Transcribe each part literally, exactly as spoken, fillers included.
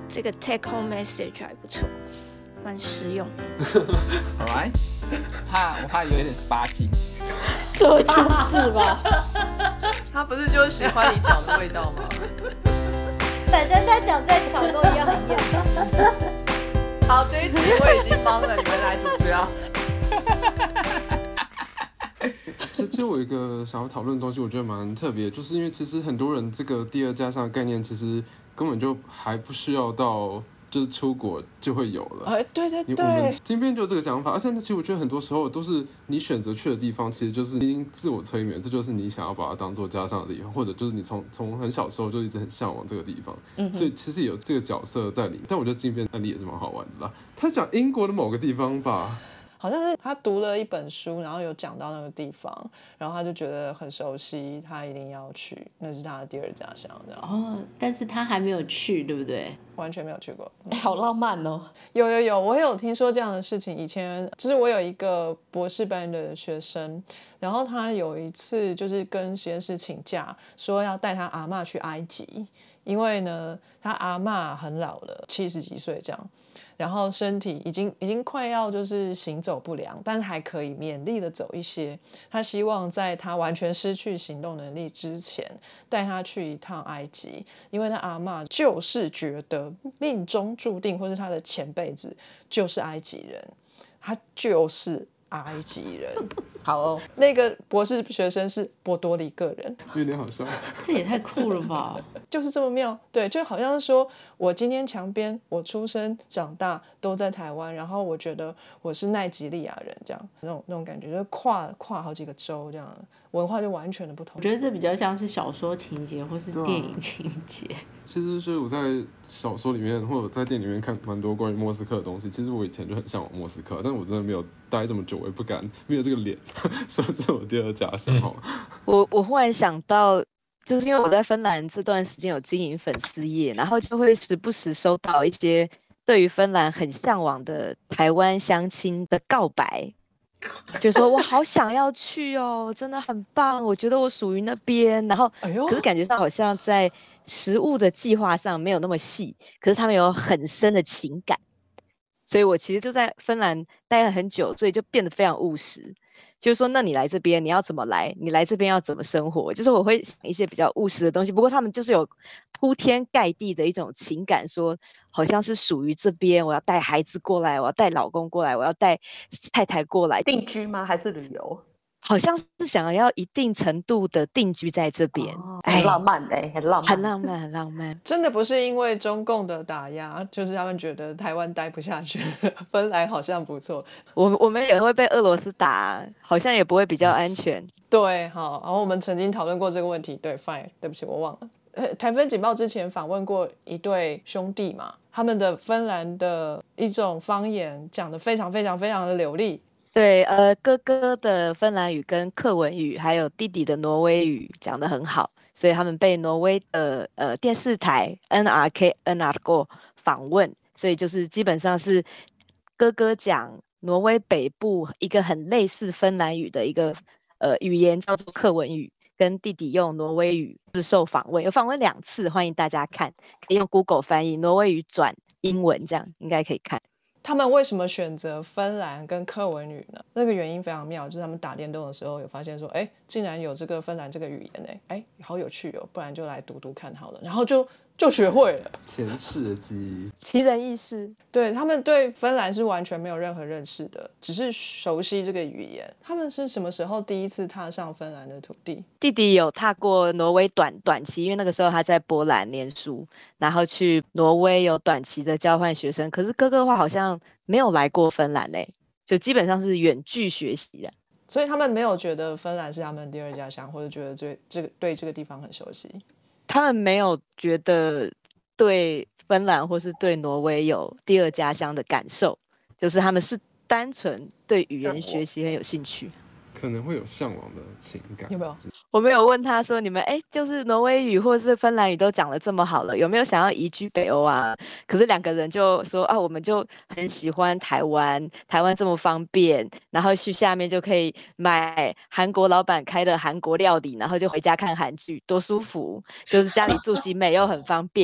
这个 take home message 还不错，蛮实用。 Alright， 怕我怕有点 sparky。 这就是吧。 他不是就是喜欢你讲的味道吗？ 反正他讲再吵都一样很厌世。 好，这一集我已经帮了你们来主持啊。 其实我有一个想要讨论的东西，我觉得蛮特别，就是因为其实很多人这个第二家乡的概念，其实根本就还不需要到就是出国就会有了。 哎，对对对， 我们今天就有这个想法，而且其实我觉得很多时候都是你选择去的地方，其实就是已经自我催眠，这就是你想要把它当做家乡的地方，或者就是你从从很小时候就一直很向往这个地方，嗯、所以其实有这个角色在里面。但我觉得今天案例也是蛮好玩的啦。他讲英国的某个地方吧。 好像是他读了一本书，然后有讲到那个地方，然后他就觉得很熟悉，他一定要去，那是他的第二家乡这样。 哦，但是他还没有去，对不对？ 完全没有去过。 欸、好浪漫哦！ 有有有，我有听说这样的事情。以前就是我有一个博士班的学生，然后他有一次就是跟实验室请假，说要带他阿嬷去埃及，因为呢他阿嬷很老了，七十几岁这样。然后身体已经已经快要就是行走不良，但是还可以勉力的走一些。他希望在他完全失去行动能力之前，带他去一趟埃及，因为他阿嬷就是觉得命中注定，或是他的前辈子就是埃及人，他就是埃及人。 好哦， 那个博士学生是波多黎各人， 有点好笑。 这也太酷了吧！ 就是这么妙，对，就好像说我今天墙边，我出生长大都在台湾，然后我觉得我是奈及利亚人，这样那种那种感觉，就是跨跨好几个州，这样文化就完全的不同。 我觉得这比较像是小说情节或是电影情节。 其实是我在小说里面或者在电影里面看蛮多关于莫斯科的东西。其实我以前就很向往莫斯科，但我真的没有待这么久，我也不敢，没有这个脸说这是我第二家乡。嗯、 我我忽然想到，就是因为我在芬兰这段时间有经营粉丝页，然后就会时不时收到一些对于芬兰很向往的台湾乡亲的告白，就说我好想要去哦，真的很棒，我觉得我属于那边。然后，可是感觉上好像在实务的计划上没有那么细，可是他们有很深的情感，所以我其实就在芬兰待了很久，所以就变得非常务实。就是说，那你来这边你要怎么来？你来这边要怎么生活？就是我会想一些比较务实的东西。不过他们就是有铺天盖地的一种情感，说好像是属于这边，我要带孩子过来，我要带老公过来，我要带太太过来。 定居吗？还是旅游？ 好像是想要一定程度的定居在这边， 哦、很浪漫哎、欸，很浪漫， 很浪漫，很浪漫。 真的不是因为中共的打压，就是他们觉得台湾待不下去，芬兰好像不错。 我我们也会被俄罗斯打，好像也不会比较安全。 对，好，然后我们曾经讨论过这个问题。对 ，fine， 对不起，我忘了。呃，台风警报之前访问过一对兄弟嘛，他们的芬兰的一种方言讲得非常非常非常的流利。 对，呃，哥哥的芬兰语跟克文语，还有弟弟的挪威语讲得很好，所以他们被挪威的呃电视台 N R K N R K 访问，所以就是基本上是哥哥讲挪威北部一个很类似芬兰语的一个呃语言叫做克文语，跟弟弟用挪威语接受访问，有访问两次，欢迎大家看，可以用 Google 翻译挪威语转英文，这样应该可以看。 他们为什么选择芬兰跟克文语呢？那个原因非常妙，就是他们打电动的时候有发现说，哎，竟然有这个芬兰这个语言，哎，哎，好有趣哦，不然就来读读看好了，然后就就学会了。 前世的记忆， 奇人异事。 对，他们对芬兰是完全没有任何认识的，只是熟悉这个语言。他们是什么时候第一次踏上芬兰的土地？ 弟弟有踏过挪威短短期，因为那个时候他在波兰念书，然后去挪威有短期的交换学生。可是哥哥的话好像没有来过芬兰嘞，就基本上是远距学习的。 所以他们没有觉得芬兰是他们第二家乡，或者觉得这这个对这个地方很熟悉。 他们没有觉得对芬兰或是对挪威有第二家乡的感受，就是他们是单纯对语言学习很有兴趣。 可能会有向往的情感， 有没有？ 我没有问他说，你们哎，就是挪威语或是芬兰语都讲得这么好了，有没有想要移居北欧啊？可是两个人就说啊，我们就很喜欢台湾，台湾这么方便，然后去下面就可以买韩国老板开的韩国料理，然后就回家看韩剧，多舒服！就是家里住集美又很方便。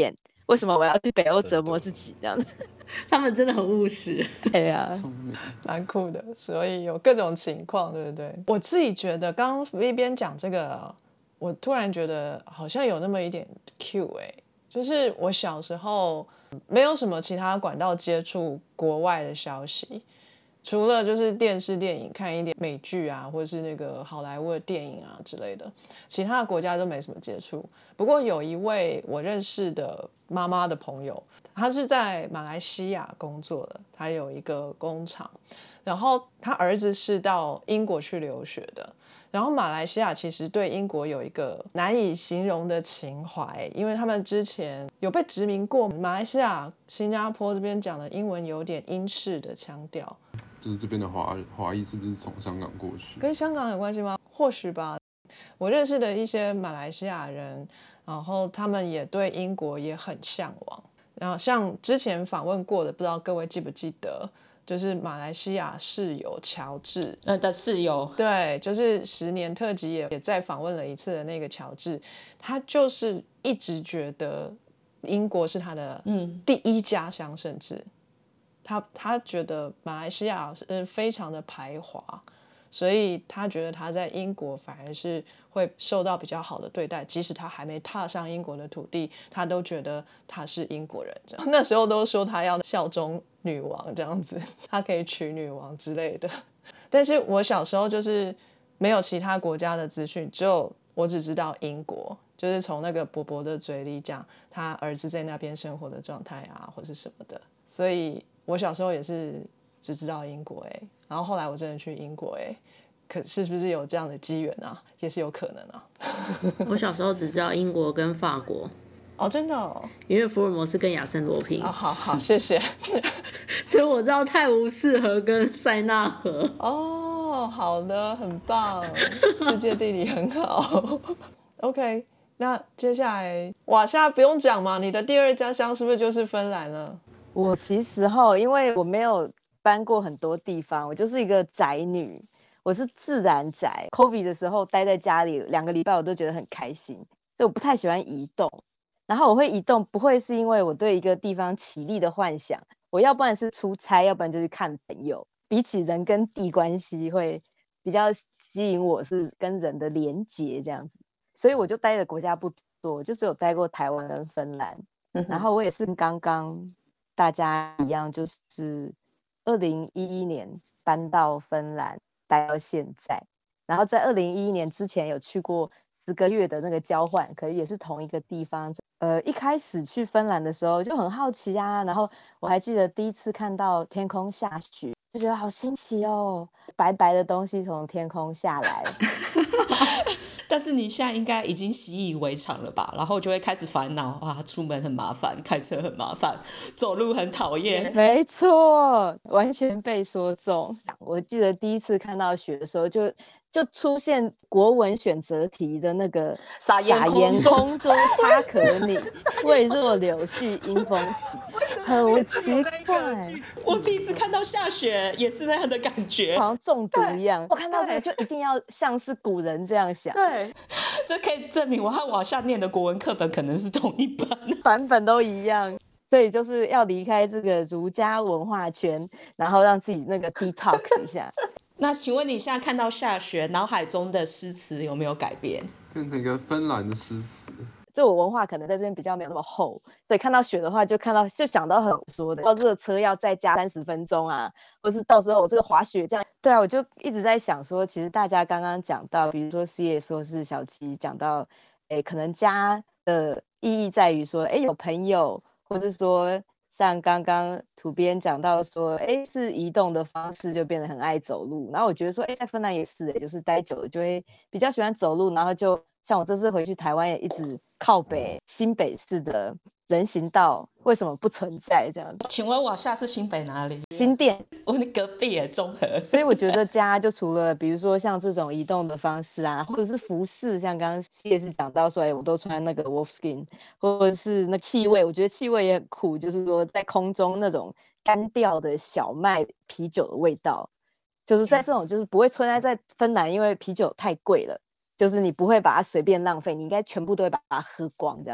为什么我要去北欧折磨自己这样子？ 他们真的很务实。 对啊， 聪明。 蛮酷的，所以有各种情况，对不对？我自己觉得，刚刚 V 边讲这个，我突然觉得好像有那么一点 Q 哎、欸，就是我小时候没有什么其他管道接触国外的消息，除了就是电视电影看一点美剧啊，或者是那个好莱坞的电影啊之类的，其他的国家都没什么接触。不过有一位我认识的妈妈的朋友，他是在马来西亚工作的，他有一个工厂，然后他儿子是到英国去留学的。然后马来西亚其实对英国有一个难以形容的情怀，因为他们之前有被殖民过。马来西亚、新加坡这边讲的英文有点英式的腔调， 就是这边的华华裔是不是从香港过去？ 跟香港有关系吗？或许吧。我认识的一些马来西亚人，然后他们也对英国也很向往。然后像之前访问过的，不知道各位记不记得，就是马来西亚室友乔治， 呃的室友， 对，就是十年特辑也也再访问了一次的那个乔治，他就是一直觉得英国是他的第一家乡，甚至他他觉得马来西亚是非常的排华，所以他觉得他在英国反而是会受到比较好的对待，即使他还没踏上英国的土地，他都觉得他是英国人。这样那时候都说他要效忠女王这样子，他可以娶女王之类的。但是我小时候就是没有其他国家的资讯，只有我只知道英国，就是从那个伯伯的嘴里讲他儿子在那边生活的状态啊，或是什么的。所以我小时候也是只知道英国哎、欸，然后后来我真的去英国哎、欸，可是不是有这样的机缘啊？也是有可能啊。 我小时候只知道英国跟法国。 哦，真的哦， 因为福尔摩斯跟亚森罗平。 哦，好好，谢谢。 所以我知道泰晤士河跟塞纳河。 哦，好的，很棒，世界地理很好。OK， 那接下来瓦夏不用讲嘛，你的第二家乡是不是就是芬兰了？ 我其实哈，因为我没有搬过很多地方，我就是一个宅女，我是自然宅。COVID 的时候待在家里两个礼拜，我都觉得很开心，所以我不太喜欢移动。然后我会移动，不会是因为我对一个地方起立的幻想，我要不然是出差，要不然就是看朋友。比起人跟地关系，会比较吸引我是跟人的连结这样子，所以我就待的国家不多，就只有待过台湾跟芬兰。嗯、然后我也是刚刚大家一样，就是二零一一年搬到芬兰，待到现在。然后在二零一一年之前有去过十个月的那个交换，可是也是同一个地方。呃，一开始去芬兰的时候就很好奇啊，然后我还记得第一次看到天空下雪，就觉得好新奇哦，白白的东西从天空下来。 但是你现在应该已经习以为常了吧？然后就会开始烦恼啊，出门很麻烦，开车很麻烦，走路很讨厌。 没错，完全被说中。我记得第一次看到雪的时候就。就出现国文选择题的那个撒盐空中差可拟，未若柳絮因风起，很奇怪。 我第一次看到下雪也是那样的感觉， 好像中毒一样。我看到这个就一定要像是古人这样想。 对， 这可以证明我和往下念的国文课本可能是同一版， 版本都一样。所以就是要离开这个儒家文化圈，然后让自己那个 detox 一下。 那请问你现在看到下雪，脑海中的诗词有没有改变？ 变成一个芬兰的诗词。 就我文化可能在这边比较没有那么厚，所以看到雪的话，就看到就想到很说的，要热车要再加三十分钟啊，或是到时候我这个滑雪这样。对啊，我就一直在想说，其实大家刚刚讲到，比如说 C S 或是小七讲到，哎，可能家的意义在于说，哎，有朋友，或是说。像刚刚土编讲到说，哎，是移动的方式就变得很爱走路，然后我觉得说，哎，在芬兰也是，就是待久了就会比较喜欢走路，然后就像我这次回去台湾也一直靠北新北市的人行道为什么不存在这样？ 请问我下是新北哪里？ 新店， 我们隔壁也中和。 所以我觉得家就除了比如说像这种移动的方式啊，或者是服饰，像刚刚也是讲到说，哎，我都穿那个 wolfskin， 或者是那气味，我觉得气味也很酷，就是说在空中那种干掉的小麦啤酒的味道，就是在这种就是不会存在在芬兰，因为啤酒太贵了，就是你不会把它随便浪费，你应该全部都会把它喝光这样。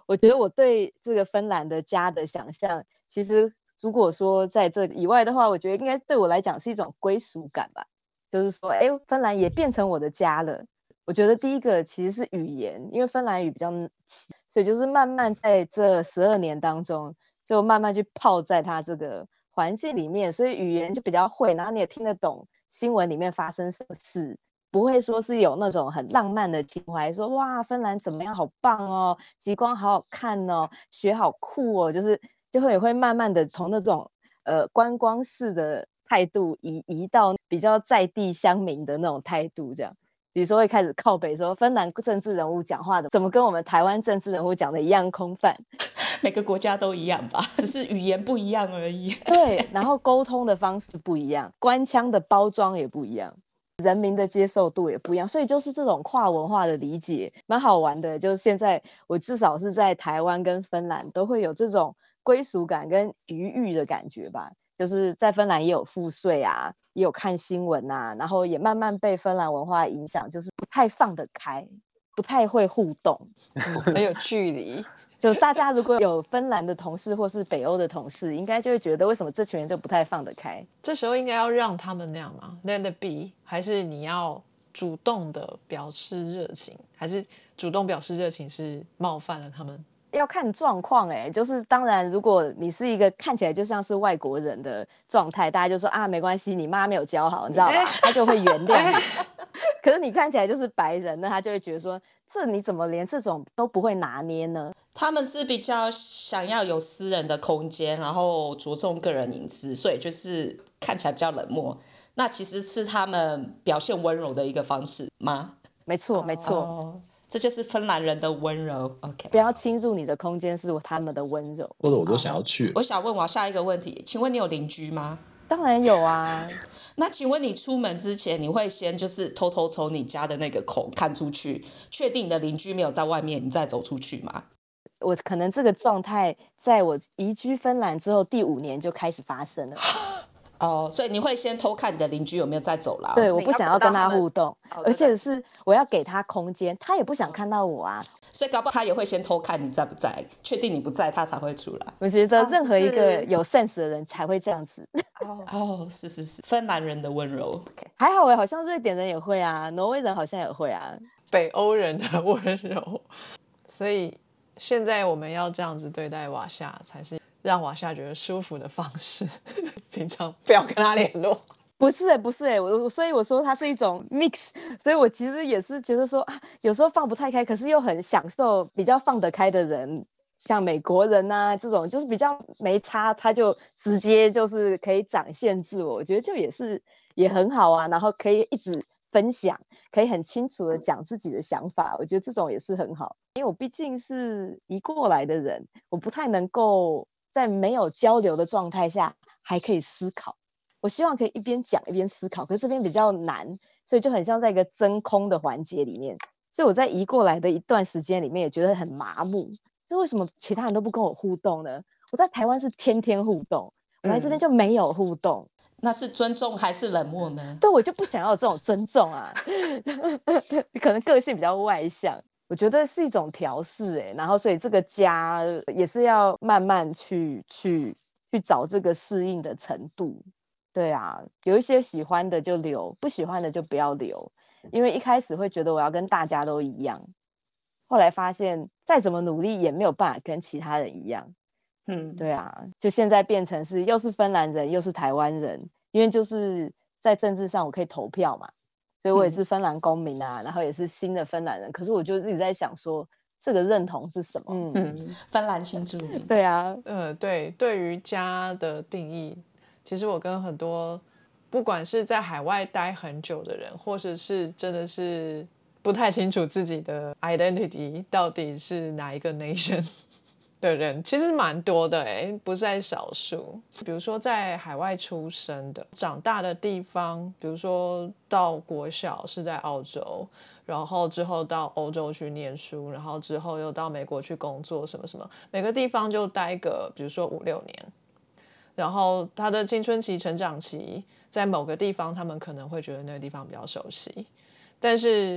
我觉得我对这个芬兰的家的想象，其实如果说在这以外的话，我觉得应该对我来讲是一种归属感吧。就是说，哎，芬兰也变成我的家了。我觉得第一个其实是语言，因为芬兰语比较奇，所以就是慢慢在这十二年当中，就慢慢去泡在它这个环境里面，所以语言就比较会，然后你也听得懂新闻里面发生什么事。不会说是有那种很浪漫的情怀，说哇芬兰怎么样好棒哦，极光好好看哦，雪好酷哦，就是就会也会慢慢的从那种呃观光式的态度移移到比较在地乡民的那种态度，这样比如说会开始靠北说芬兰政治人物讲话的怎么跟我们台湾政治人物讲的一样空泛， 每个国家都一样吧，只是语言不一样而已。 对，然后沟通的方式不一样，官腔的包装也不一样，人民的接受度也不一样，所以就是这种跨文化的理解蛮好玩的。就是现在我至少是在台湾跟芬兰都会有这种归属感跟余裕的感觉吧，就是在芬兰也有赋税啊，也有看新闻啊，然后也慢慢被芬兰文化影响，就是不太放得开，不太会互动， 嗯、很有距离。 就大家如果有芬兰的同事或是北欧的同事，应该就会觉得为什么这群人就不太放得开。 这时候应该要让他们那样吗 ？Let it be， 还是你要主动的表示热情，还是主动表示热情是冒犯了他们？ 要看状况哎，就是当然，如果你是一个看起来就像是外国人的状态，大家就说啊没关系，你妈没有教好，你知道吧？他就会原谅你。可是你看起来就是白人，那他就会觉得说，这你怎么连这种都不会拿捏呢？ 他们是比较想要有私人的空间，然后着重个人隐私，所以就是看起来比较冷漠。那其实是他们表现温柔的一个方式吗？ 没错，没错。 哦，这就是芬兰人的温柔。OK， 不要侵入你的空间是他们的温柔。 或者我都想要去。 我想问我下一个问题，请问你有邻居吗？ 当然有啊。 那请问你出门之前，你会先就是偷偷从你家的那个孔看出去，确定你的邻居没有在外面，你再走出去吗？ 我可能这个状态在我移居芬兰之后第五年就开始发生了。 哦，所以你会先偷看你的邻居有没有在走廊？ 对，我不想要跟他互动，而且是我要给他空间，他也不想看到我啊。 所以搞不好他也会先偷看你在不在，确定你不在，他才会出来。 我觉得任何一个有 sense 的人才会这样子。 哦，是是是，芬兰人的温柔。 还好哎，好像瑞典人也会啊，挪威人好像也会啊， 北欧人的温柔。所以现在我们要这样子对待瓦夏，才是让瓦夏觉得舒服的方式。平常不要跟他联络。 不是哎、欸，不是哎、欸，我所以我说它是一种 mix， 所以我其实也是觉得说啊，有时候放不太开，可是又很享受比较放得开的人，像美国人啊这种，就是比较没差，他就直接就是可以展现自我，我觉得就也是也很好啊，然后可以一直分享，可以很清楚的讲自己的想法，我觉得这种也是很好，因为我毕竟是移过来的人，我不太能够在没有交流的状态下还可以思考。我希望可以一边讲一边思考，可是这边比较难，所以就很像在一个真空的环节里面。所以我在移过来的一段时间里面也觉得很麻木，就为什么其他人都不跟我互动呢？我在台湾是天天互动，我来这边就没有互动。 嗯，那是尊重还是冷漠呢？ 对，我就不想要有这种尊重啊。可能个性比较外向，我觉得是一种调试哎，然后所以这个家也是要慢慢去去去找这个适应的程度。对啊，有一些喜欢的就留，不喜欢的就不要留，因为一开始会觉得我要跟大家都一样，后来发现再怎么努力也没有办法跟其他人一样。嗯，对啊，就现在变成是又是芬兰人又是台湾人，因为就是在政治上我可以投票嘛，所以我也是芬兰公民啊，嗯、然后也是新的芬兰人，可是我就一直在想说这个认同是什么？嗯， 嗯芬兰新住民。 对啊， 呃，对，对于家的定义。其实我跟很多不管是在海外待很久的人，或者是真的是不太清楚自己的 identity 到底是哪一个 nation 的人，其实蛮多的耶，不在少数。比如说在海外出生的，长大的地方，比如说到国小是在澳洲，然后之后到欧洲去念书，然后之后又到美国去工作什么什么，每个地方就待个比如说五六年。然后他的青春期、成长期，在某个地方，他们可能会觉得那个地方比较熟悉，但是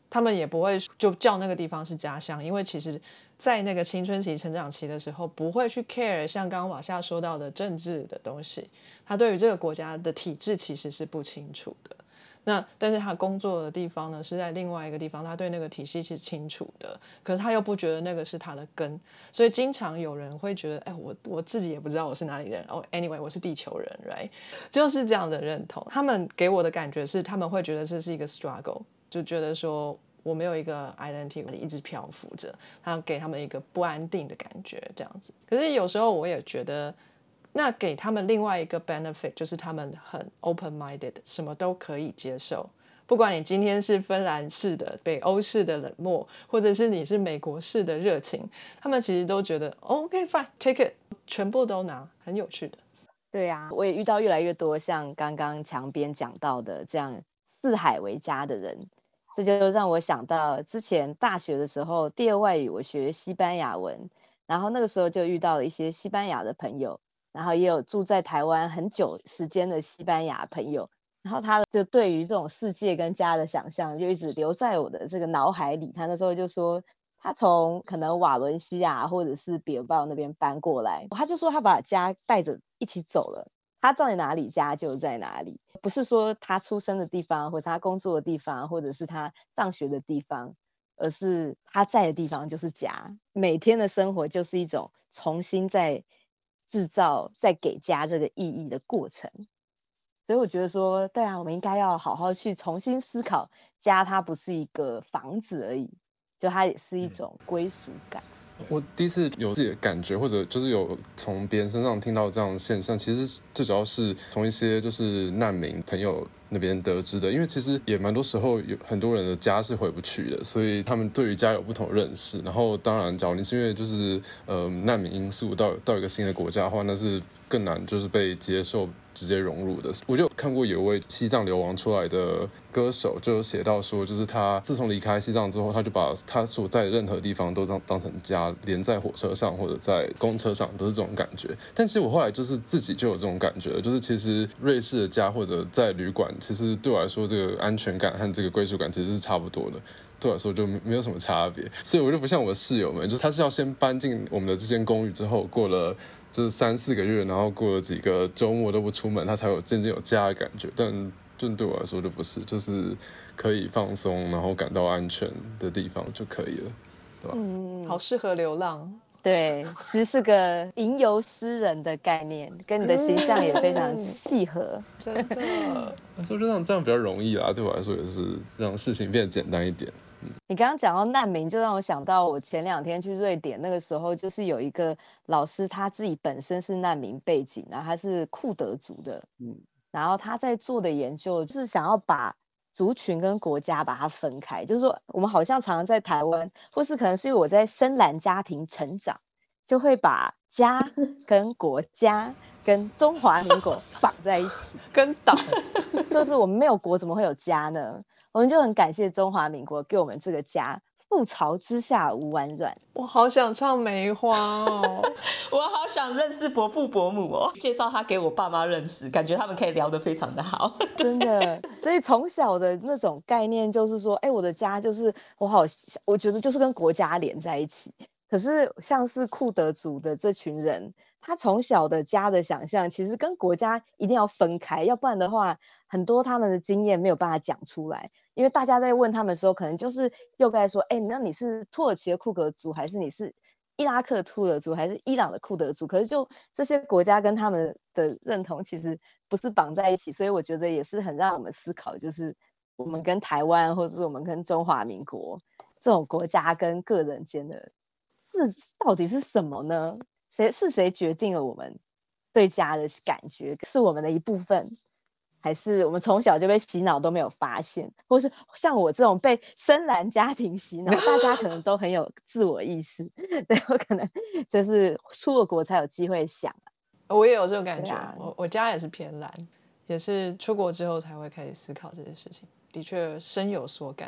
他们也不会就叫那个地方是家乡，因为其实在那个青春期成长期的时候不会去 care 像刚刚瓦夏说到的政治的东西，他对于这个国家的体制其实是不清楚的。那但是他工作的地方呢是在另外一个地方，他对那个体系是清楚的，可是他又不觉得那个是他的根，所以经常有人会觉得哎，我我自己也不知道我是哪里人哦、oh, anyway 我是地球人 right 就是这样的认同。他们给我的感觉是他们会觉得这是一个 struggle， 就觉得说我没有一个 identity， 我一直漂浮着，他给他们一个不安定的感觉这样子。可是有时候我也觉得那给他们另外一个 benefit 就是他们很 open minded， 什么都可以接受，不管你今天是芬兰式的、北欧式的冷漠，或者是你是美国式的热情，他们其实都觉得 OK fine take it， 全部都拿，很有趣的。 对啊，我也遇到越来越多像刚刚墙边讲到的这样四海为家的人，这就让我想到之前大学的时候第二外语我学西班牙文，然后那个时候就遇到了一些西班牙的朋友，然后也有住在台湾很久时间的西班牙朋友，然后他就对于这种世界跟家的想象就一直留在我的这个脑海里。他那时候就说他从可能瓦伦西亚或者是比尔鲍那边搬过来，他就说他把家带着一起走了，他到底哪里家就在哪里，不是说他出生的地方或者他工作的地方或者是他上学的地方，而是他在的地方就是家。每天的生活就是一种重新在制造再给家这个意义的过程。所以我觉得说对啊，我们应该要好好去重新思考，家它不是一个房子而已，就它也是一种归属感。 我第一次有自己的感觉，或者就是有从别人身上听到这样的现象，其实最主要是从一些就是难民朋友那边得知的。因为其实也蛮多时候有很多人的家是回不去的，所以他们对于家有不同的认识。然后当然假如你是因为就是呃难民因素到到一个新的国家的话，那是更难就是被接受直接融入的。我就看过有位西藏流亡出来的歌手，就有写到说，就是他自从离开西藏之后，他就把他所在的任何地方都当当成家，连在火车上或者在公车上都是这种感觉。但其实我后来就是自己就有这种感觉，就是其实瑞士的家或者在旅馆，其实对我来说这个安全感和这个归属感其实是差不多的，对我来说就没有什么差别。所以我就不像我的室友们，就是他是要先搬进我们的这间公寓之后，过了就是三四个月，然后过了几个周末都不出门，他才有渐渐有家的感觉。但就对我来说就不是，就是可以放松然后感到安全的地方就可以了，对吧？ 嗯，好适合流浪。 对，其实是个吟游诗人的概念，跟你的形象也非常契合。 真的， 所以就让这样比较容易啦，对我来说也是让事情变得简单一点。 你刚刚讲到难民，就让我想到我前两天去瑞典，那个时候就是有一个老师，他自己本身是难民背景，然后他是库德族的，嗯，然后他在做的研究就是想要把族群跟国家把它分开，就是说我们好像常常在台湾，或是可能是因为我在深蓝家庭成长，就会把家跟国家跟中华民国绑在一起， 跟党， 就是我们没有国怎么会有家呢？我们就很感谢中华民国给我们这个家，覆巢之下无完卵。 我好想唱梅花哦我好想认识伯父伯母哦，介绍他给我爸妈认识，感觉他们可以聊得非常的好。 真的，所以从小的那种概念就是说，哎，我的家就是我好，我觉得就是跟国家连在一起。可是像是库德族的这群人，他从小的家的想象其实跟国家一定要分开，要不然的话很多他们的经验没有办法讲出来。因为大家在问他们的时候，可能就是又该说，哎，那你是土耳其的库德族，还是你是伊拉克的库德族，还是伊朗的库德族？可是就这些国家跟他们的认同其实不是绑在一起，所以我觉得也是很让我们思考，就是我们跟台湾或者是我们跟中华民国这种国家跟个人间的是到底是什么呢？谁是谁决定了我们对家的感觉？是我们的一部分，还是我们从小就被洗脑都没有发现？或是像我这种被深蓝家庭洗脑，大家可能都很有自我意识，对，我可能就是出了国才有机会想、 啊、我也有这种感觉、 啊、 我, 我家也是偏蓝，也是出国之后才会开始思考这件事情，的确深有所感。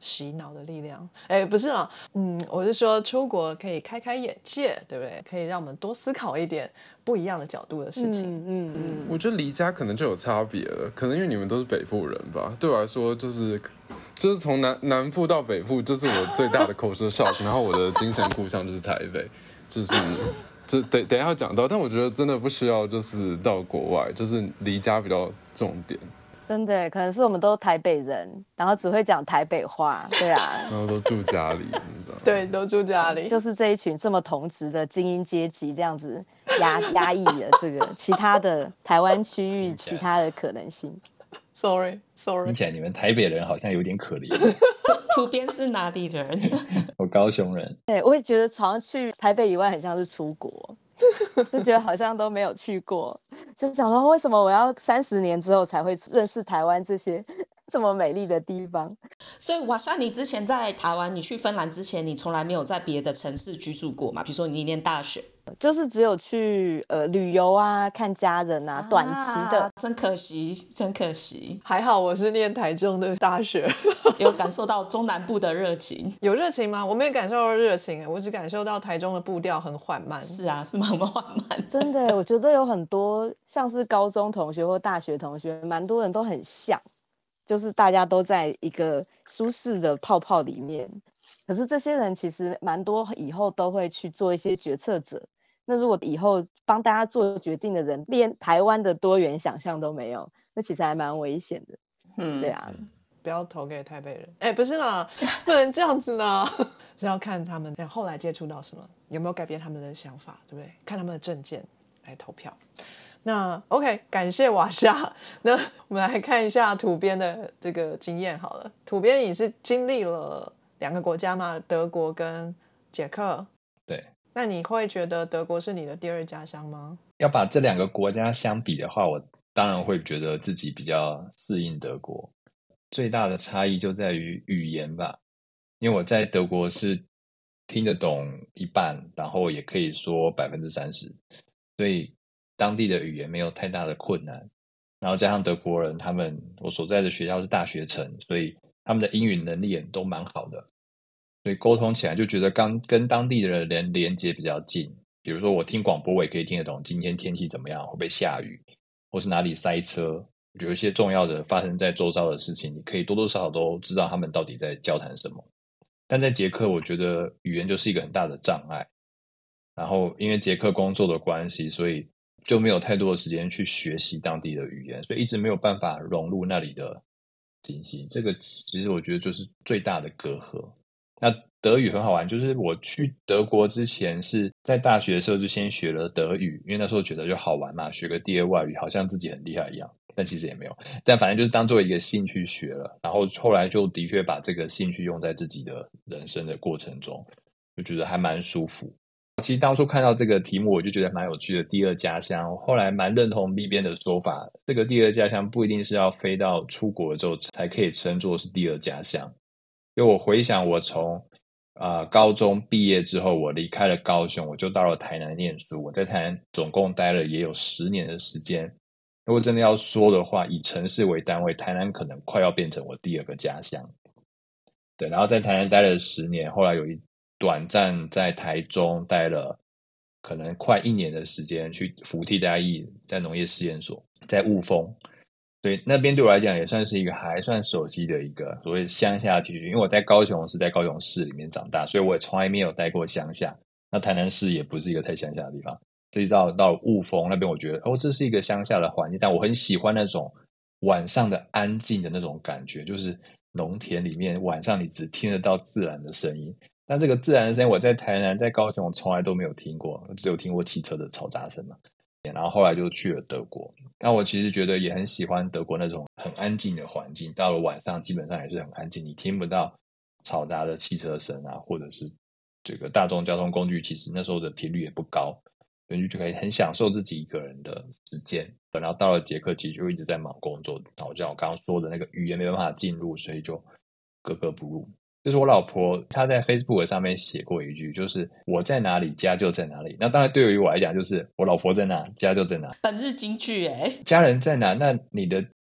洗脑的力量。哎，不是啦，嗯，我是说出国可以开开眼界，对不对？可以让我们多思考一点不一样的角度的事情。 嗯嗯嗯， 我觉得离家可能就有差别了，可能因为你们都是北部人吧。对我来说，就是就是从南南部到北部，这是我最大的culture shock。然后我的精神故乡就是台北，就是这等等一下要讲到，但我觉得真的不需要就是到国外，就是离家比较重点。 真的，可能是我们都台北人，然后只会讲台北话，对啊， 然后都住家里，你知道对，都住家里， 就是这一群这么同质的精英阶级这样子压压抑了这个其他的台湾区域其他的可能性。 Sorry Sorry， 听起来你们台北人好像有点可怜。 图边是哪里人？ 我高雄人。 对，我也觉得好像去台北以外很像是出国，就觉得好像都没有去过，就想说为什么我要三十年之后才会认识台湾这些这么美丽的地方。 所以瓦夏，你之前在台湾，你去芬兰之前，你从来没有在别的城市居住过嘛？比如说你念大学， 就是只有去呃旅游啊，看家人啊，短期的。 啊、真可惜，真可惜。 还好我是念台中的大学， 有感受到中南部的热情。 有热情吗？我没有感受到热情，我只感受到台中的步调很缓慢。 是啊，是蛮缓慢。 真的，我觉得有很多像是高中同学或大学同学，蛮多人都很像。就是大家都在一个舒适的泡泡里面，可是这些人其实蛮多以后都会去做一些决策者。那如果以后帮大家做决定的人连台湾的多元想象都没有，那其实还蛮危险的。嗯，对啊， 不要投给台北人。哎，不是啦，不能这样子呢，是要看他们后来接触到什么，有没有改变他们的想法，对不对？看他们的政见来投票。那 OK， 感谢瓦夏。那我们来看一下土编的这个经验好了。土编你是经历了两个国家嘛，德国跟捷克。 对。 那你会觉得德国是你的第二家乡吗？ 要把这两个国家相比的话，我当然会觉得自己比较适应德国。最大的差异就在于语言吧，因为我在德国是听得懂一半，然后也可以说百分之三十，所以当地的语言没有太大的困难，然后加上德国人他们，我所在的学校是大学城，所以他们的英语能力也都蛮好的，所以沟通起来就觉得刚跟当地的人连接比较近。比如说我听广播，我也可以听得懂今天天气怎么样，会不会下雨，或是哪里塞车，有一些重要的发生在周遭的事情，你可以多多少少都知道他们到底在交谈什么。但在捷克，我觉得语言就是一个很大的障碍，然后因为捷克工作的关系，所以就没有太多的时间去学习当地的语言，所以一直没有办法融入那里的情形。这个其实我觉得就是最大的隔阂。那德语很好玩，就是我去德国之前是在大学的时候就先学了德语，因为那时候觉得就好玩嘛，学个第二外语好像自己很厉害一样，但其实也没有，但反正就是当做一个兴趣学了，然后后来就的确把这个兴趣用在自己的人生的过程中，就觉得还蛮舒服。其实当初看到这个题目我就觉得蛮有趣的，第二家乡，后来蛮认同 B 边的说法，这个第二家乡不一定是要飞到出国之后才可以称作是第二家乡。因为我回想我从呃高中毕业之后，我离开了高雄，我就到了台南念书，我在台南总共待了也有十年的时间。如果真的要说的话，以城市为单位，台南可能快要变成我第二个家乡。对，然后在台南待了十年，后来有一短暂在台中待了可能快一年的时间，去服替代役在农业试验所，在雾峰。对，那边对我来讲也算是一个还算熟悉的一个所谓乡下地区，因为我在高雄是在高雄市里面长大，所以我也从来没有待过乡下。那台南市也不是一个太乡下的地方，所以到到雾峰那边，我觉得哦，这是一个乡下的环境，但我很喜欢那种晚上的安静的那种感觉，就是农田里面晚上你只听得到自然的声音。但这个自然的声音，我在台南、在高雄从来都没有听过，只有听过汽车的嘈杂声嘛。然后后来就去了德国，那我其实觉得也很喜欢德国那种很安静的环境，到了晚上基本上也是很安静，你听不到嘈杂的汽车声啊，或者是这个大众交通工具，其实那时候的频率也不高，所以就可以很享受自己一个人的时间。然后到了捷克，其实就一直在忙工作，然后像我刚刚说的那个语言没办法进入，所以就格格不入。就是我老婆她在 Facebook 上面写过一句，就是我在哪里家就在哪里。那当然对于我来讲就是我老婆在哪家就在哪， 本日金句耶， 家人在哪那你的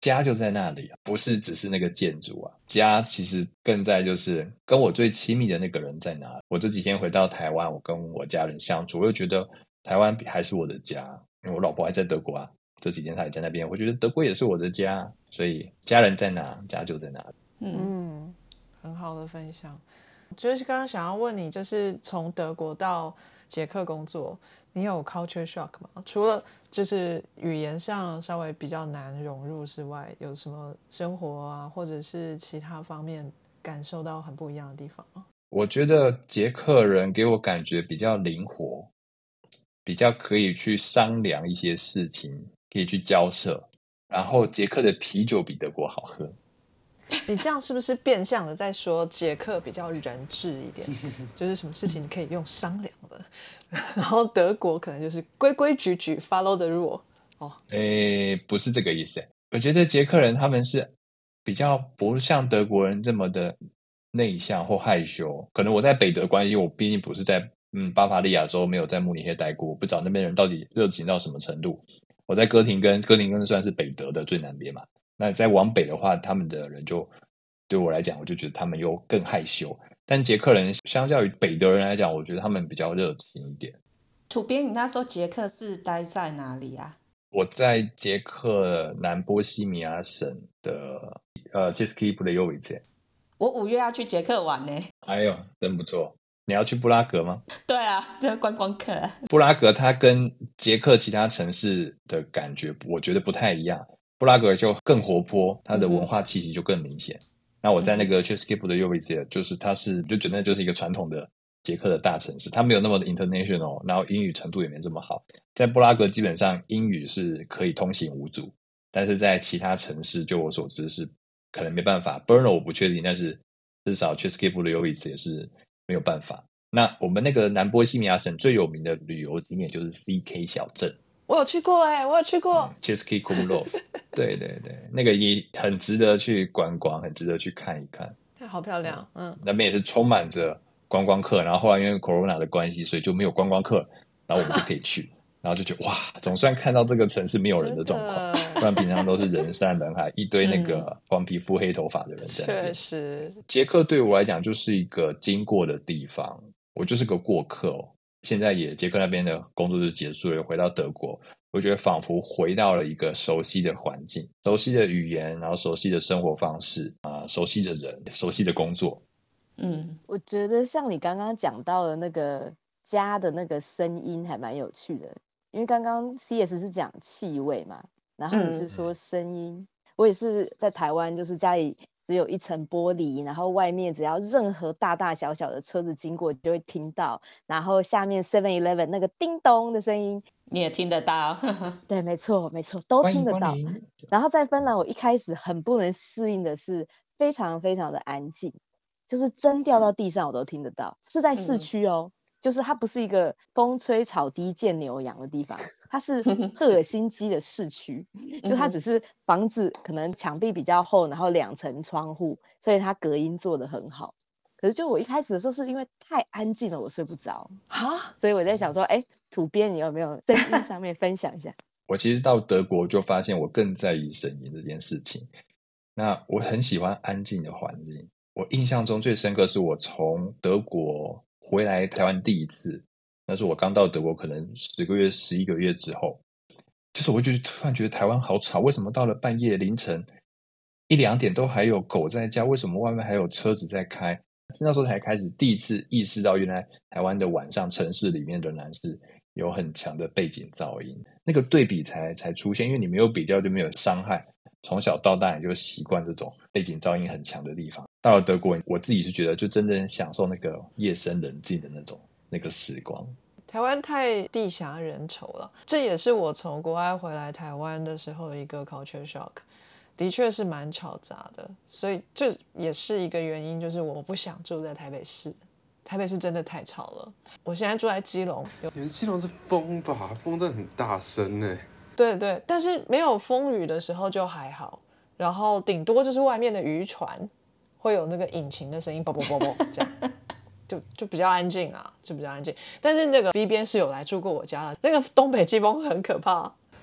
家就在那里，不是只是那个建筑啊，家其实更在就是跟我最亲密的那个人在哪里。我这几天回到台湾，我跟我家人相处，我就觉得台湾还是我的家，因为我老婆还在德国啊，这几天她也在那边，我觉得德国也是我的家，所以家人在哪，家就在哪里。 嗯，很好的分享。就是刚刚想要问你，就是从德国到捷克工作，你有 culture shock 吗？除了就是语言上稍微比较难融入之外，有什么生活啊，或者是其他方面感受到很不一样的地方吗？ 我觉得捷克人给我感觉比较灵活，比较可以去商量一些事情，可以去交涉。然后捷克的啤酒比德国好喝。 你这样是不是变相的在说捷克比较人治一点，就是什么事情你可以用商量的，然后德国可能就是规规矩矩 follow the rule。哦， 诶，不是这个意思。我觉得捷克人他们是比较不像德国人这么的内向或害羞。可能我在北德关系，我毕竟不是在嗯巴伐利亚州，没有在慕尼黑待过，我不知道那边人到底热情到什么程度。我在哥廷根，哥廷根算是北德的最南边嘛。那再往北的话，他们的人就对我来讲，我就觉得他们又更害羞。但捷克人相较于北德人来讲，我觉得他们比较热情一点。 土鳖，你那时候捷克是待在哪里啊？ 我在捷克南波西米亚省的呃 Český Budějovice。 我五月要去捷克玩呢。 哎呦，真不错！你要去布拉格吗？ 对啊，这观光客。 布拉格它跟捷克其他城市的感觉，我觉得不太一样。布拉格就更活泼，它的文化气息就更明显。嗯、那我在那个 Český Budějovice，就是它是就觉得就是一个传统的捷克的大城市，它没有那么的 international， 然后英语程度也没这么好。在布拉格基本上英语是可以通行无阻，但是在其他城市，就我所知是可能没办法。Brno 我不确定，但是至少 Český Budějovice也是没有办法。那我们那个南波西米亚省最有名的旅游景点就是 C K 小镇。 我有去过哎、欸，我有去过。 嗯、Český Krumlov， 对对对，那个也很值得去观光，很值得去看一看。 好漂亮，嗯， 那边也是充满着观光客，然后后来因为 Corona 的关系，所以就没有观光客，然后我们就可以去，然后就觉得哇，总算看到这个城市没有人的状况，不然平常都是人山人海，一堆那个黄皮肤黑头发的人在那边。 确实， 捷克对我来讲就是一个经过的地方，我就是个过客哦。现在也捷克那边的工作就结束了，回到德国，我觉得仿佛回到了一个熟悉的环境，熟悉的语言，然后熟悉的生活方式啊、呃，熟悉的人，熟悉的工作。 嗯，我觉得像你刚刚讲到的那个家的那个声音还蛮有趣的，因为刚刚 C S 是讲气味嘛，然后你是说声音，嗯、我也是在台湾，就是家里只有一层玻璃，然后外面只要任何大大小小的车子经过就会听到，然后下面 seven eleven 那个叮咚的声音你也听得到。 对，没错没错，都听得到。然后在芬兰我一开始很不能适应的是非常非常的安静，就是针掉到地上我都听得到，是在市区哦、嗯、就是它不是一个风吹草低见牛羊的地方，它是赫尔辛基的市区，就它只是房子可能墙壁比较厚，然后两层窗户，所以它隔音做得很好。可是就我一开始的时候是因为太安静了，我睡不着，所以我在想说，哎，土鳖你有没有声音上面分享一下？ 我其实到德国就发现我更在意声音这件事情。那我很喜欢安静的环境。我印象中最深刻是我从德国回来台湾第一次，那是我刚到德国可能十个月十一个月之后，就是我就突然觉得台湾好吵，为什么到了半夜凌晨一两点都还有狗在叫，为什么外面还有车子在开？是那时候才开始第一次意识到原来台湾的晚上城市里面仍然是有很强的背景噪音，那个对比才才出现，因为你没有比较就没有伤害，从小到大你就习惯这种背景噪音很强的地方。到了德国，我自己是觉得就真正享受那个夜深人静的那种那个时光。 台湾太地狭人稠了，这也是我从国外回来台湾的时候的一个 culture shock， 的确是蛮嘈杂的，所以这也是一个原因，就是我不想住在台北市。台北市真的太吵了，我现在住在基隆。 你们基隆是风吧？风真的很大声耶。对对，但是没有风雨的时候就还好，然后顶多就是外面的渔船会有那个引擎的声音，啵啵啵啵这样，就就比较安静啊，就比较安静。但是那个 B 边是有来住过我家的，那个东北季风很可怕。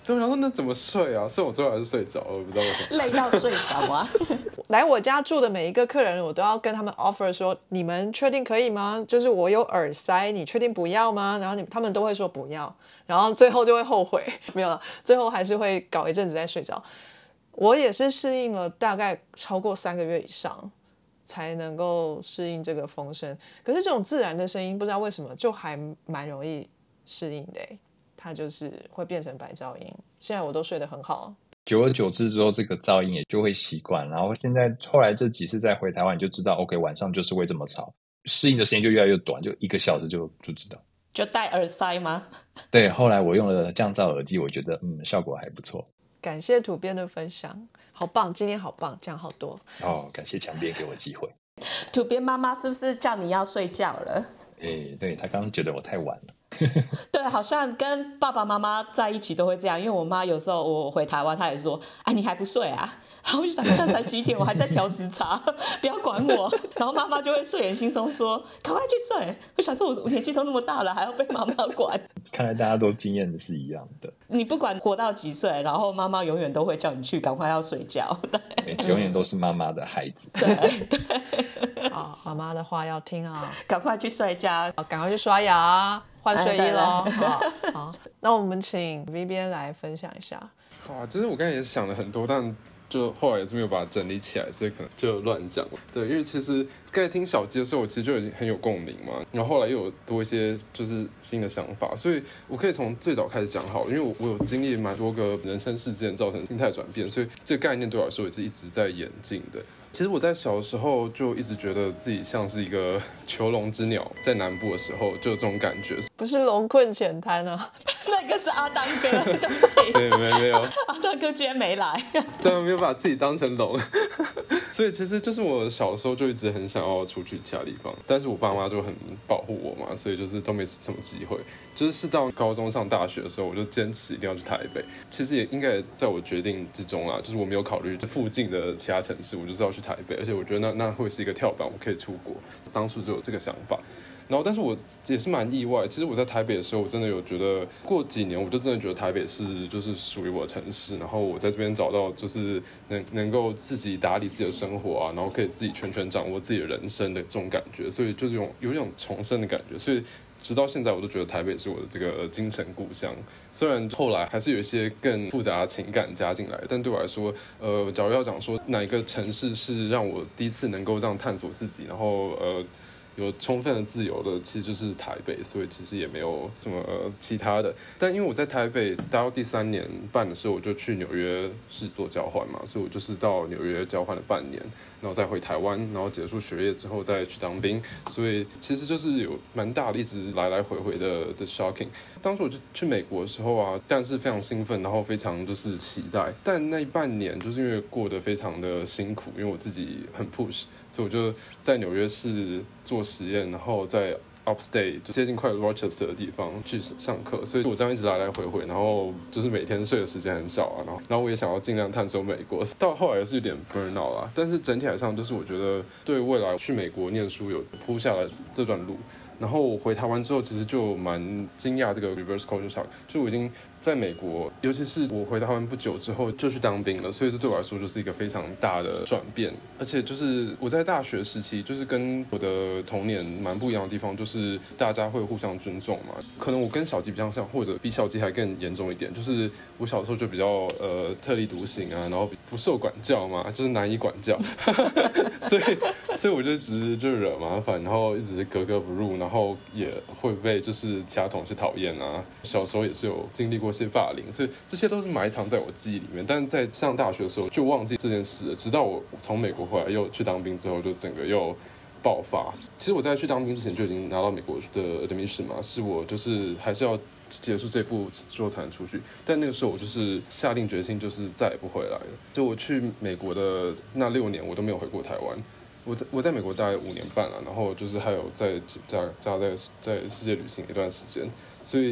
对，然后那怎么睡啊？所以我最后还是睡着了，我不知道为什么。 累到睡着啊！ 来我家住的每一个客人，我都要跟他们 offer 说，你们确定可以吗？就是我有耳塞，你确定不要吗？然后你他们都会说不要，然后最后就会后悔，没有了，最后还是会搞一阵子再睡着。我也是适应了大概超过三个月以上，才能够适应这个风声。可是这种自然的声音，不知道为什么就还蛮容易适应的，它就是会变成白噪音。现在我都睡得很好。 久而久之之后，这个噪音也就会习惯。然后现在后来这几次再回台湾，你就知道 ，OK， 晚上就是会这么吵，适应的时间就越来越短，就一个小时就就知道。 就戴耳塞吗？ 对，后来我用了降噪耳机，我觉得嗯效果还不错。 感谢土编的分享，好棒，今天好棒，讲好多。 哦，感谢墙边给我机会。 土编妈妈是不是叫你要睡觉了？ 诶，对，他刚刚觉得我太晚了。 对，好像跟爸爸妈妈在一起都会这样，因为我妈有时候我回台湾，她也说，哎，你还不睡啊？然后我就想，现在才几点，我还在调时差，不要管我。然后妈妈就会睡眼惺忪说，赶快去睡。我想说，我年纪都那么大了，还要被妈妈管。 看来大家都经验的是一样的。 你不管活到几岁，然后妈妈永远都会叫你去赶快要睡觉。 对，永远都是妈妈的孩子。 对对。 啊，妈妈的话要听啊， 赶快去睡觉， 赶快去刷牙。换睡衣咯。好，好，那我们请 V 边来分享一下。 哇，其实我刚才也想了很多，但就后来也是没有把它整理起来，所以可能就乱讲了。对，因为其实刚才听小鸡的时候，我其实就已经很有共鸣嘛，然后后来又有多一些就是新的想法，所以我可以从最早开始讲好了，因为我我有经历蛮多个人生事件造成心态转变，所以这个概念对我来说也是一直在演进的。其实我在小的时候就一直觉得自己像是一个囚笼之鸟，在南部的时候就有这种感觉。 不是龙困浅滩啊， 那个是阿当哥，对不起， 没有没有没有， 阿当哥今天没来， 真的没有把自己当成龙。所以其实就是我小的时候就一直很想要出去其他地方，但是我爸妈就很保护我嘛，所以就是都没什么机会。就是是到高中上大学的时候，我就坚持一定要去台北。其实也应该在我决定之中啦，就是我没有考虑附近的其他城市，我就是要去台北，而且我觉得那那会是一个跳板，我可以出国。当初就有这个想法。然后，但是我也是蛮意外。其实我在台北的时候，我真的有觉得，过几年我就真的觉得台北是就是属于我的城市。然后我在这边找到就是能能够自己打理自己的生活啊，然后可以自己全权掌握自己的人生的这种感觉，所以就是有有一种重生的感觉。所以直到现在，我都觉得台北是我的这个精神故乡。虽然后来还是有一些更复杂的情感加进来，但对我来说，呃，假如要讲说哪一个城市是让我第一次能够这样探索自己，然后呃。有充分的自由的，其实就是台北，所以其实也没有什么、呃、其他的。但因为我在台北待到第三年半的时候，我就去纽约市做交换嘛，所以我就是到纽约交换了半年，然后再回台湾，然后结束学业之后再去当兵，所以其实就是有蛮大的一直来来回回的的 shocking。当时我就去美国的时候啊，但是非常兴奋，然后非常就是期待。但那半年就是因为过得非常的辛苦，因为我自己很 push。所以我就在纽约市做实验，然后在 Upstate 就接近快 Rochester 的地方去上课，所以我这样一直来来回回，然后就是每天睡的时间很少啊，然后然后我也想要尽量探索美国，到后来也是有点 burn out 啦，但是整体来上就是我觉得对未来去美国念书有铺下了这段路。然后我回台湾之后，其实就蛮惊讶这个 reverse culture shock， 就我已经在美国，尤其是我回台湾不久之后就去当兵了，所以这对我来说就是一个非常大的转变。而且就是我在大学时期，就是跟我的童年蛮不一样的地方，就是大家会互相尊重嘛。可能我跟小鸡比较像，或者比小鸡还更严重一点，就是我小时候就比较呃特立独行啊，然后不受管教嘛，就是难以管教，所以所以我就只是就惹麻烦，然后一直格格不入，然后也会被就是其他同学讨厌啊。小时候也是有经历过一些霸凌，所以这些都是埋藏在我记忆里面。但是在上大学的时候就忘记这件事了，直到我从美国回来又去当兵之后，就整个又爆发。其实我在去当兵之前就已经拿到美国的 admission 嘛，是我就是还是要结束这步之后才能出去。但那个时候我就是下定决心，就是再也不回来了。就我去美国的那六年，我都没有回过台湾。我在我在美国大概五年半了，然后就是还有在加加在在世界旅行一段时间，所以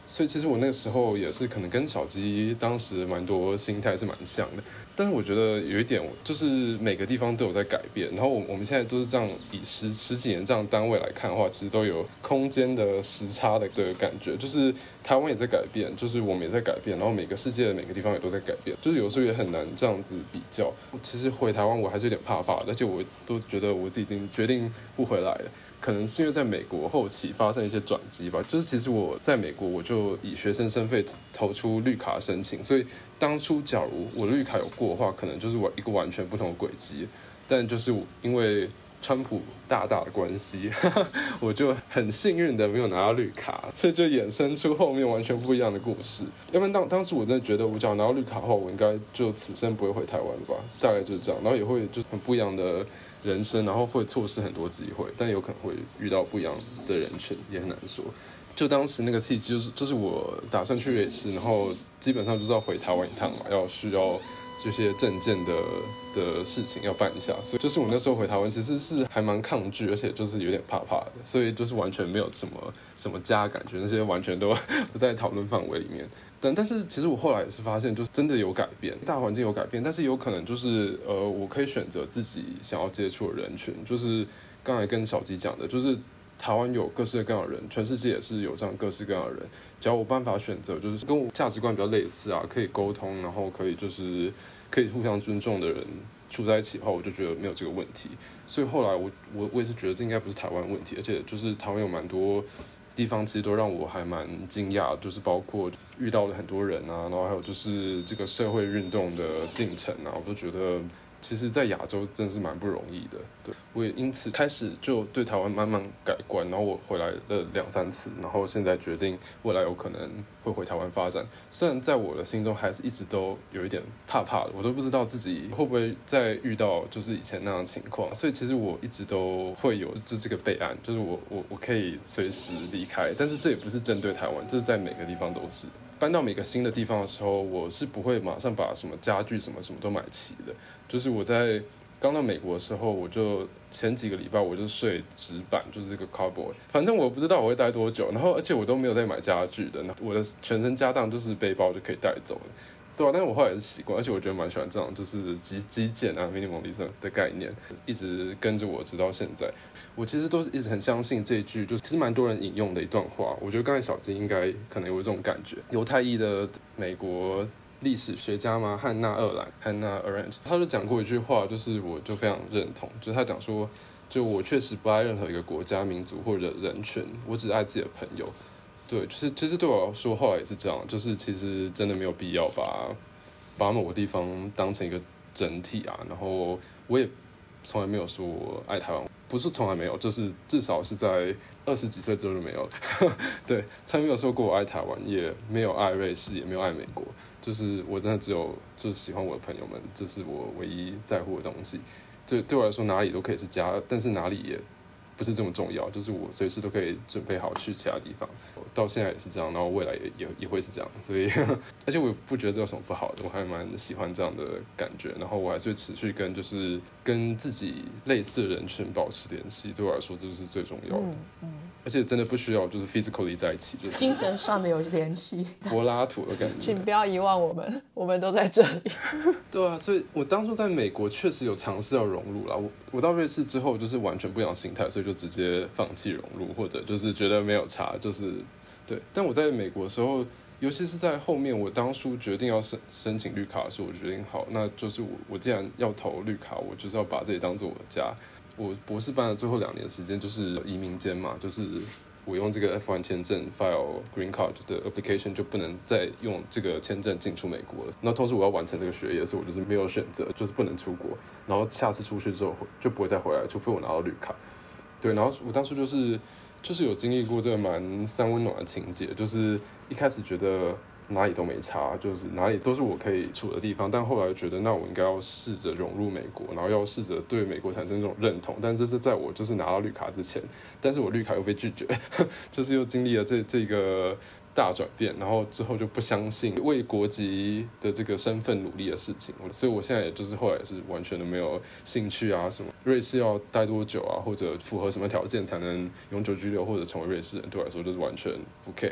所以其实我那个时候也是可能跟小鸡当时蛮多心态是蛮像的，但是我觉得有一点就是每个地方都有在改变，然后我我们现在都是这样以十十几年这样单位来看的话，其实都有空间的时差的的感觉，就是台湾也在改变，就是我们也在改变，然后每个世界的每个地方也都在改变，就是有时候也很难这样子比较。其实回台湾我还是有点怕怕的，而且我都觉得我自己已经决定不回来了。可能是因为在美国后期发生一些转机吧，就是其实我在美国我就以学生身份投出绿卡申请，所以当初假如我绿卡有过的话，可能就是一个完全不同的轨迹。但就是因为川普大大的关系，我就很幸运的没有拿到绿卡，所以就衍生出后面完全不一样的故事。要不然当当时我真的觉得，我只要拿到绿卡后，我应该就此生不会回台湾了吧，大概就是这样，然后也会就是很不一样的人生，然后会错失很多机会，但有可能会遇到不一样的人群，也很难说。就当时那个契机，就是就是我打算去瑞士，然后基本上就是要回台湾一趟嘛，要需要这些证件的的事情要办一下，所以就是我那时候回台湾其实是还蛮抗拒，而且就是有点怕怕的，所以就是完全没有什么什么家感觉，那些完全都不在讨论范围里面。但但是其实我后来也是发现，就是真的有改变，大环境有改变，但是有可能就是呃，我可以选择自己想要接触的人群，就是刚才跟小鸡讲的，就是台湾有各式各样的人，全世界也是有这样各式各样的人，只要我办法选择，就是跟我价值观比较类似啊，可以沟通，然后可以就是可以互相尊重的人处在一起的话，我就觉得没有这个问题。所以后来我我我也是觉得这应该不是台湾问题，而且就是台湾有蛮多地方其实都让我还蛮惊讶，就是包括遇到了很多人啊，然后还有就是这个社会运动的进程啊，我都觉得其实在亚洲真的是蛮不容易的。对，我也因此开始就对台湾慢慢改观，然后我回来了两三次，然后现在决定未来有可能会回台湾发展。虽然在我的心中还是一直都有一点怕怕的，我都不知道自己会不会再遇到就是以前那样的情况，所以其实我一直都会有这这个备案，就是我我我可以随时离开，但是这也不是针对台湾，这是在每个地方都是。搬到每个新的地方的时候，我是不会马上把什么家具什么什么都买齐的。就是我在刚到美国的时候，我就前几个礼拜我就睡纸板，就是这个 cardboard， 反正我不知道我会待多久，然后而且我都没有在买家具的，我的全身家当就是背包就可以带走了。对啊，但是我后来也是习惯，而且我觉得蛮喜欢这种就是极极简啊 minimalism 的概念，一直跟着我直到现在。我其实都是一直很相信这一句，就其实蛮多人引用的一段话。我觉得刚才小金应该可能有这种感觉。犹太裔的美国历史学家嘛，汉娜·厄兰 （Hannah Arendt） 他就讲过一句话，就是我就非常认同，就是他讲说，就我确实不爱任何一个国家、民族或者人群，我只爱自己的朋友。对，就是其实对我来说，后来也是这样，就是其实真的没有必要把把某个地方当成一个整体啊。然后我也从来没有说我爱台湾，不是从来没有，就是至少是在二十几岁之后就没有了。对，从来没有说过我爱台湾，也没有爱瑞士，也没有爱美国。就是我真的只有就是喜欢我的朋友们，这是我唯一在乎的东西。对对我来说，哪里都可以是家，但是哪里也不是这么重要，就是我随时都可以准备好去其他地方，到现在也是这样，然后未来 也, 也, 也会是这样，所以而且我也不觉得这有什么不好的，我还蛮喜欢这样的感觉，然后我还是会持续跟就是跟自己类似的人群保持联系，对我来说这就是最重要的。嗯嗯，而且真的不需要就是 physically 在一起，就是精神上的有联系， 柏拉图的感觉。 请不要遗忘我们，我们都在这里。 对啊，所以我当初在美国确实有尝试要融入啦。我我到瑞士之后就是完全不一样的心态，所以就直接放弃融入，或者就是觉得没有差，就是对。但我在美国的时候，尤其是在后面，我当初决定要申申请绿卡的时候，我决定好，那就是我我既然要投绿卡，我就是要把这里当做我的家。我博士班的最后两年时间就是移民间嘛，就是我用这个 F 一 签证 file green card 的 application 就不能再用这个签证进出美国了。那同时我要完成这个学业，所以我就是没有选择，就是不能出国。然后下次出去之后就不会再回来，除非我拿到绿卡。对，然后我当初就是就是有经历过这个蛮三温暖的情节，就是一开始觉得哪里都没差，就是哪里都是我可以处的地方，但后来觉得那我应该要试着融入美国，然后要试着对美国产生这种认同，但这是在我就是拿到绿卡之前，但是我绿卡又被拒绝，就是又经历了这这个大转变，然后之后就不相信为国籍的这个身份努力的事情，所以我现在也就是后来也是完全的没有兴趣啊，什么瑞士要待多久啊，或者符合什么条件才能永久居留或者成为瑞士人，对我来说就是完全不 care。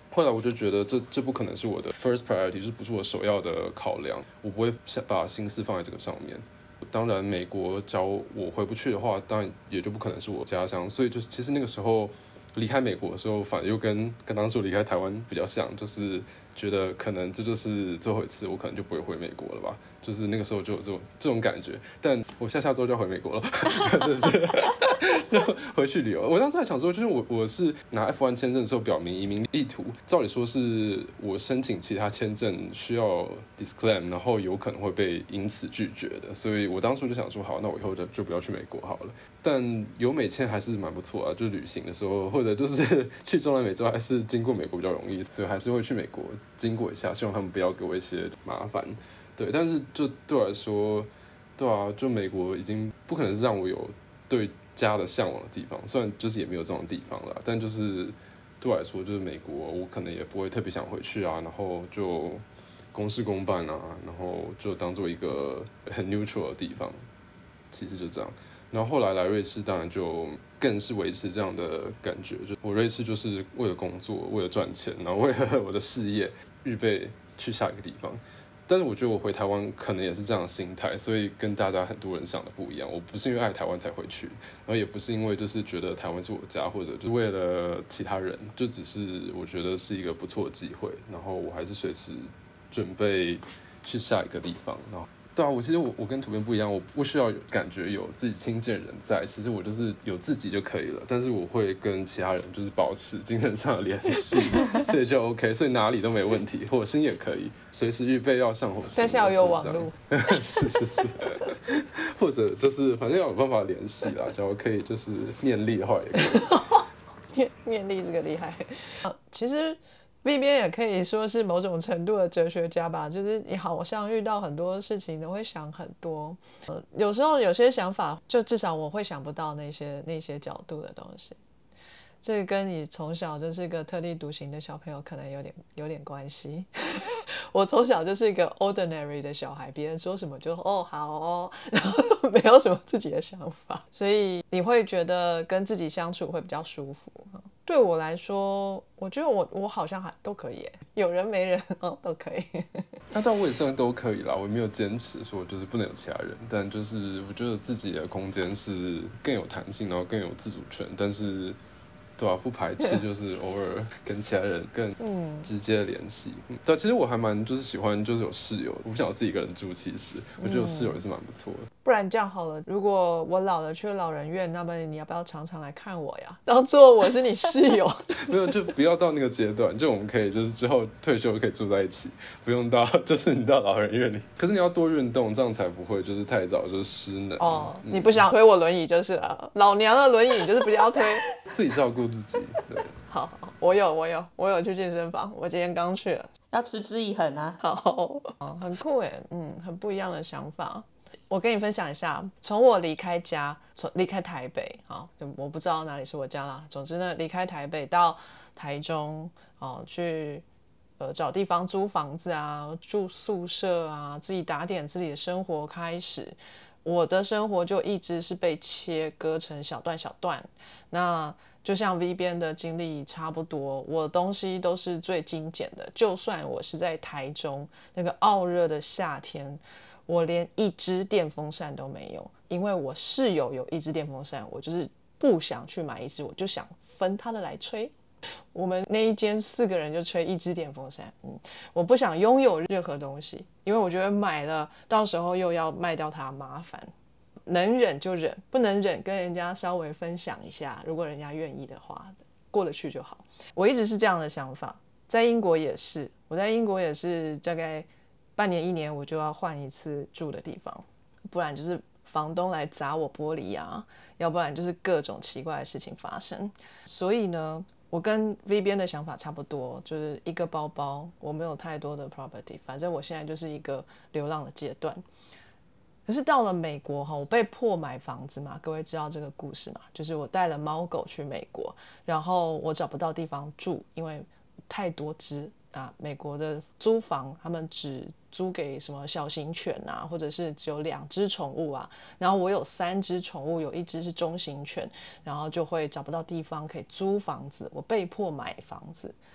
后来我就觉得这这不可能是我的 first priority， 这不是我首要的考量，我不会把心思放在这个上面。当然，美国假如我回不去的话，当然也就不可能是我家乡。所以就是其实那个时候离开美国的时候，反而又跟跟当初离开台湾比较像，就是觉得可能这就是最后一次，我可能就不会回美国了吧。就是那个时候就有这种这种感觉，但我下下周就要回美国了，就是就回去旅游。我当时还想说，就是我我是拿 F 一 签证的时候表明移民意图，照理说是我申请其他签证需要 disclaim， 然后有可能会被因此拒绝的，所以我当初就想说，好，那我以后就就不要去美国好了。但有美签还是蛮不错啊，就旅行的时候或者就是去中南美洲还是经过美国比较容易，所以还是会去美国经过一下，希望他们不要给我一些麻烦。对，但是就对我来说，对啊，就美国已经不可能是让我有对家的向往的地方，虽然就是也没有这种地方啦，但就是对我来说，就是美国，我可能也不会特别想回去啊，然后就公事公办啊，然后就当做一个很 neutral 的地方，其实就这样。然后后来来瑞士，当然就更是维持这样的感觉，就我瑞士就是为了工作，为了赚钱，然后为了我的事业，预备去下一个地方。但是我觉得我回台湾可能也是这样的心态，所以跟大家很多人想的不一样。我不是因为爱台湾才回去，然后也不是因为就是觉得台湾是我家，或者就为了其他人，就只是我觉得是一个不错的机会，然后我还是随时准备去下一个地方。然后对啊，我其实我我跟图片不一样，我不需要有感觉有自己亲近人在，其实我就是有自己就可以了。但是我会跟其他人就是保持精神上的联系，所以就 OK， 所以哪里都没问题，火星也可以，随时预备要上火星。 但是要有网络， 是是是，或者就是反正要有办法联系啦，假如可以就是念力的话也可以。 念念力这个厉害，啊，其实。V 边也可以说是某种程度的哲学家吧，就是你好像遇到很多事情都会想很多，呃，有时候有些想法就至少我会想不到那些那些角度的东西，这跟你从小就是个特立独行的小朋友可能有点有点关系。我从小就是一个 ordinary 的小孩，别人说什么就哦好哦，然后没有什么自己的想法，所以你会觉得跟自己相处会比较舒服。对我来说，我觉得我我好像还都可以耶，有人没人哦都可以。 那当然我也算都可以啦，我没有坚持说就是不能有其他人，但就是我觉得自己的空间是更有弹性，然后更有自主权，但是对啊，不排斥就是偶尔跟其他人更直接的联系。嗯，对，其实我还蛮就是喜欢就是有室友，我不想要自己一个人住，其实我觉得有室友也是蛮不错的。 不然这样好了，如果我老了去老人院，那么你要不要常常来看我呀？当做我是你室友。 没有，就不要到那个阶段，就我们可以就是之后退休可以住在一起，不用到就是你到老人院里。可是你要多运动，这样才不会就是太早就是失能。 哦，嗯，你不想推我轮椅就是了，老娘的轮椅就是不要推， 自己照顾自己。对， 好，我有我有我有去健身房，我今天刚去了， 要持之以恒啊。 好，很酷耶，嗯，很不一样的想法。我跟你分享一下，从我离开家，从离开台北，好，我不知道哪里是我家啦。总之呢，离开台北到台中，哦，去呃找地方租房子啊，住宿舍啊，自己打点自己的生活开始。我的生活就一直是被切割成小段小段，那就像 V 边的经历差不多，我的东西都是最精简的。就算我是在台中那个傲热的夏天，我连一支电风扇都没有，因为我室友有一支电风扇，我就是不想去买一支，我就想分他的来吹。我们那一间四个人就吹一支电风扇，嗯，我不想拥有任何东西，因为我觉得买了到时候又要卖掉它麻烦，能忍就忍，不能忍跟人家稍微分享一下，如果人家愿意的话，过得去就好。我一直是这样的想法，在英国也是，我在英国也是大概半年一年我就要换一次住的地方，不然就是房东来砸我玻璃啊，要不然就是各种奇怪的事情发生。所以呢，我跟 V 边的想法差不多，就是一个包包，我没有太多的 property， 反正我现在就是一个流浪的阶段。可是到了美国，我被迫买房子嘛，各位知道这个故事嘛？就是我带了猫狗去美国，然后我找不到地方住，因为太多只啊，美国的租房他们只租给什么小型犬啊，或者是只有两只宠物啊，然后我有三只宠物，有一只是中型犬，然后就会找不到地方可以租房子，我被迫买房子。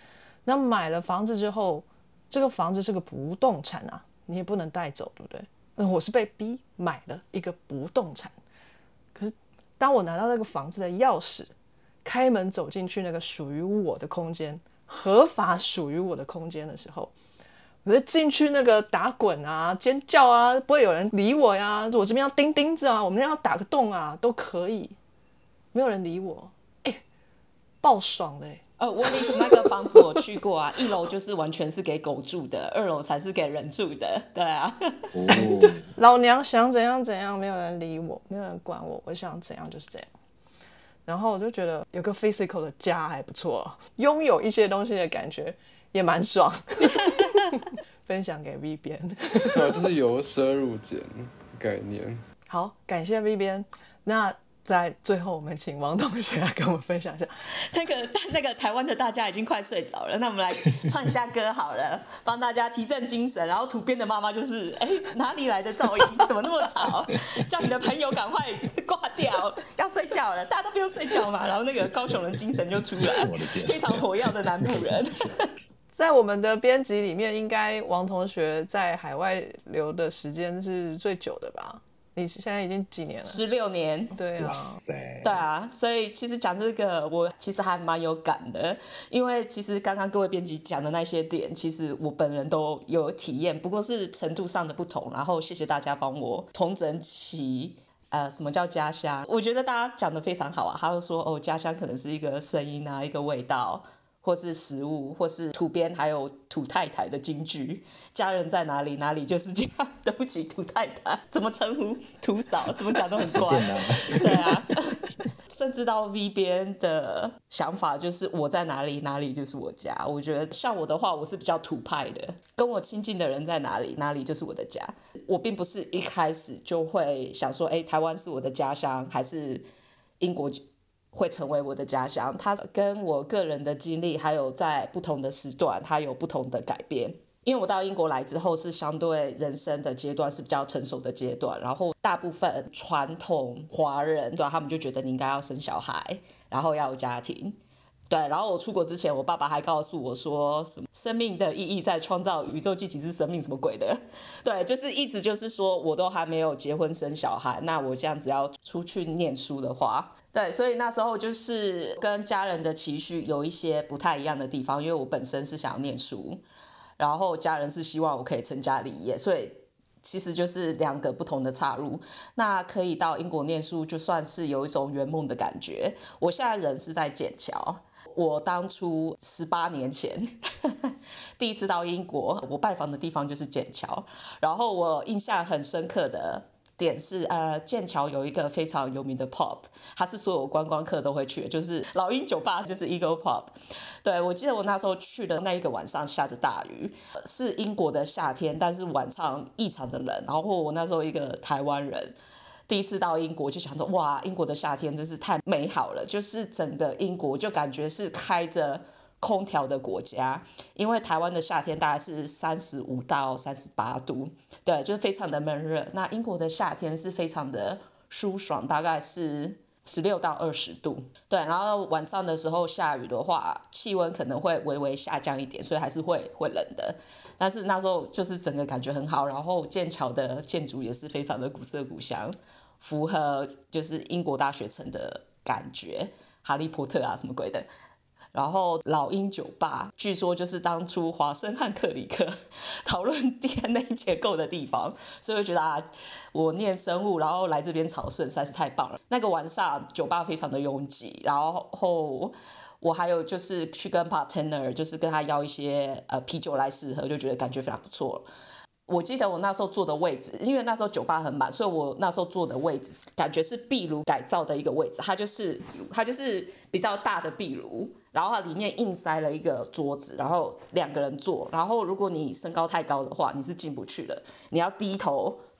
那买了房子之后，这个房子是个不动产啊，你也不能带走，对不对？那我是被逼买了一个不动产，可是当我拿到那个房子的钥匙，开门走进去那个属于我的空间，合法属于我的空间的时候，我就进去那个打滚啊、尖叫啊，不会有人理我呀。我这边要钉钉子啊，我们要打个洞啊，都可以，没有人理我，哎、欸，爆爽的哎、欸！ 呃，威尼斯那个房子我去过啊，一楼就是完全是给狗住的，二楼才是给人住的，对啊。 哦， 老娘想怎样怎样，没有人理我，没有人管我，我想怎样就是这样。然后我就觉得有个 physical 的家还不错，拥有一些东西的感觉也蛮爽。分享给 V 边， 对，就是由奢入俭概念。 好，感谢 V 边。那在最后，我们请王同学来跟我们分享一下。 那个那个台湾的大家已经快睡着了，那我们来唱一下歌好了，帮大家提振精神。然后土边的妈妈就是，哎，哪里来的噪音？怎么那么吵？叫你的朋友赶快挂掉，要睡觉了。大家都不用睡觉嘛。然后那个高雄人精神就出来，非常活跃的南部人。 在我们的编辑里面，应该王同学在海外留的时间是最久的吧？你现在已经几年了？ 十六年。 对啊， 哇塞， 对啊，所以其实讲这个，我其实还蛮有感的，因为其实刚刚各位编辑讲的那些点，其实我本人都有体验，不过是程度上的不同。然后谢谢大家帮我统整起。呃，什么叫家乡？我觉得大家讲的非常好啊。他就说，哦，家乡可能是一个声音啊，一个味道，或是食物，或是土边还有土太太的金句。家人在哪里，哪里就是家。对不起，土太太怎么称呼？土嫂怎么讲都很怪。对啊，甚至到 V 边的想法就是我在哪里，哪里就是我家。我觉得像我的话，我是比较土派的，跟我亲近的人在哪里，哪里就是我的家。我并不是一开始就会想说，哎，台湾是我的家乡，还是英国会成为我的家乡。它跟我个人的经历，还有在不同的时段，它有不同的改变。因为我到英国来之后，是相对人生的阶段是比较成熟的阶段，然后大部分传统华人，对、啊、他们就觉得你应该要生小孩，然后要有家庭。对，然后我出国之前，我爸爸还告诉我说，什么生命的意义在创造宇宙既其是生命什么鬼的。对，就是意思就是说我都还没有结婚生小孩，那我这样子要出去念书的话，对，所以那时候就是跟家人的期许有一些不太一样的地方，因为我本身是想要念书，然后家人是希望我可以成家立业，所以其实就是两个不同的岔路。那可以到英国念书，就算是有一种圆梦的感觉。我现在人是在剑桥，我当初十八年前第一次到英国，我拜访的地方就是剑桥。然后我印象很深刻的点是，呃，剑桥有一个非常有名的 pub， 它是所有观光客都会去的，就是老鹰酒吧，就是 Eagle Pub。对，我记得我那时候去的那一个晚上下着大雨，是英国的夏天，但是晚上异常的冷。然后我那时候一个台湾人，第一次到英国就想说，哇，英国的夏天真是太美好了，就是整个英国就感觉是开着空调的国家，因为台湾的夏天大概是三十五到三十八度，对，就是非常的闷热。那英国的夏天是非常的舒爽，大概是十六到二十度，对，然后晚上的时候下雨的话，气温可能会微微下降一点，所以还是会会冷的。但是那时候就是整个感觉很好，然后剑桥的建筑也是非常的古色古香，符合就是英国大学城的感觉，哈利波特啊什么鬼的。然后老鹰酒吧据说就是当初华生和克里克讨论 D N A 结构的地方，所以我觉得啊，我念生物然后来这边朝圣实在是太棒了。那个晚上酒吧非常的拥挤，然后我还有就是去跟 bartender 就是跟他要一些呃啤酒来试喝，就觉得感觉非常不错。我记得我那时候坐的位置，因为那时候酒吧很满，所以我那时候坐的位置感觉是壁炉改造的一个位置，它就是它就是比较大的壁炉，然后它里面硬塞了一个桌子，然后两个人坐，然后如果你身高太高的话，你是进不去的，你要低头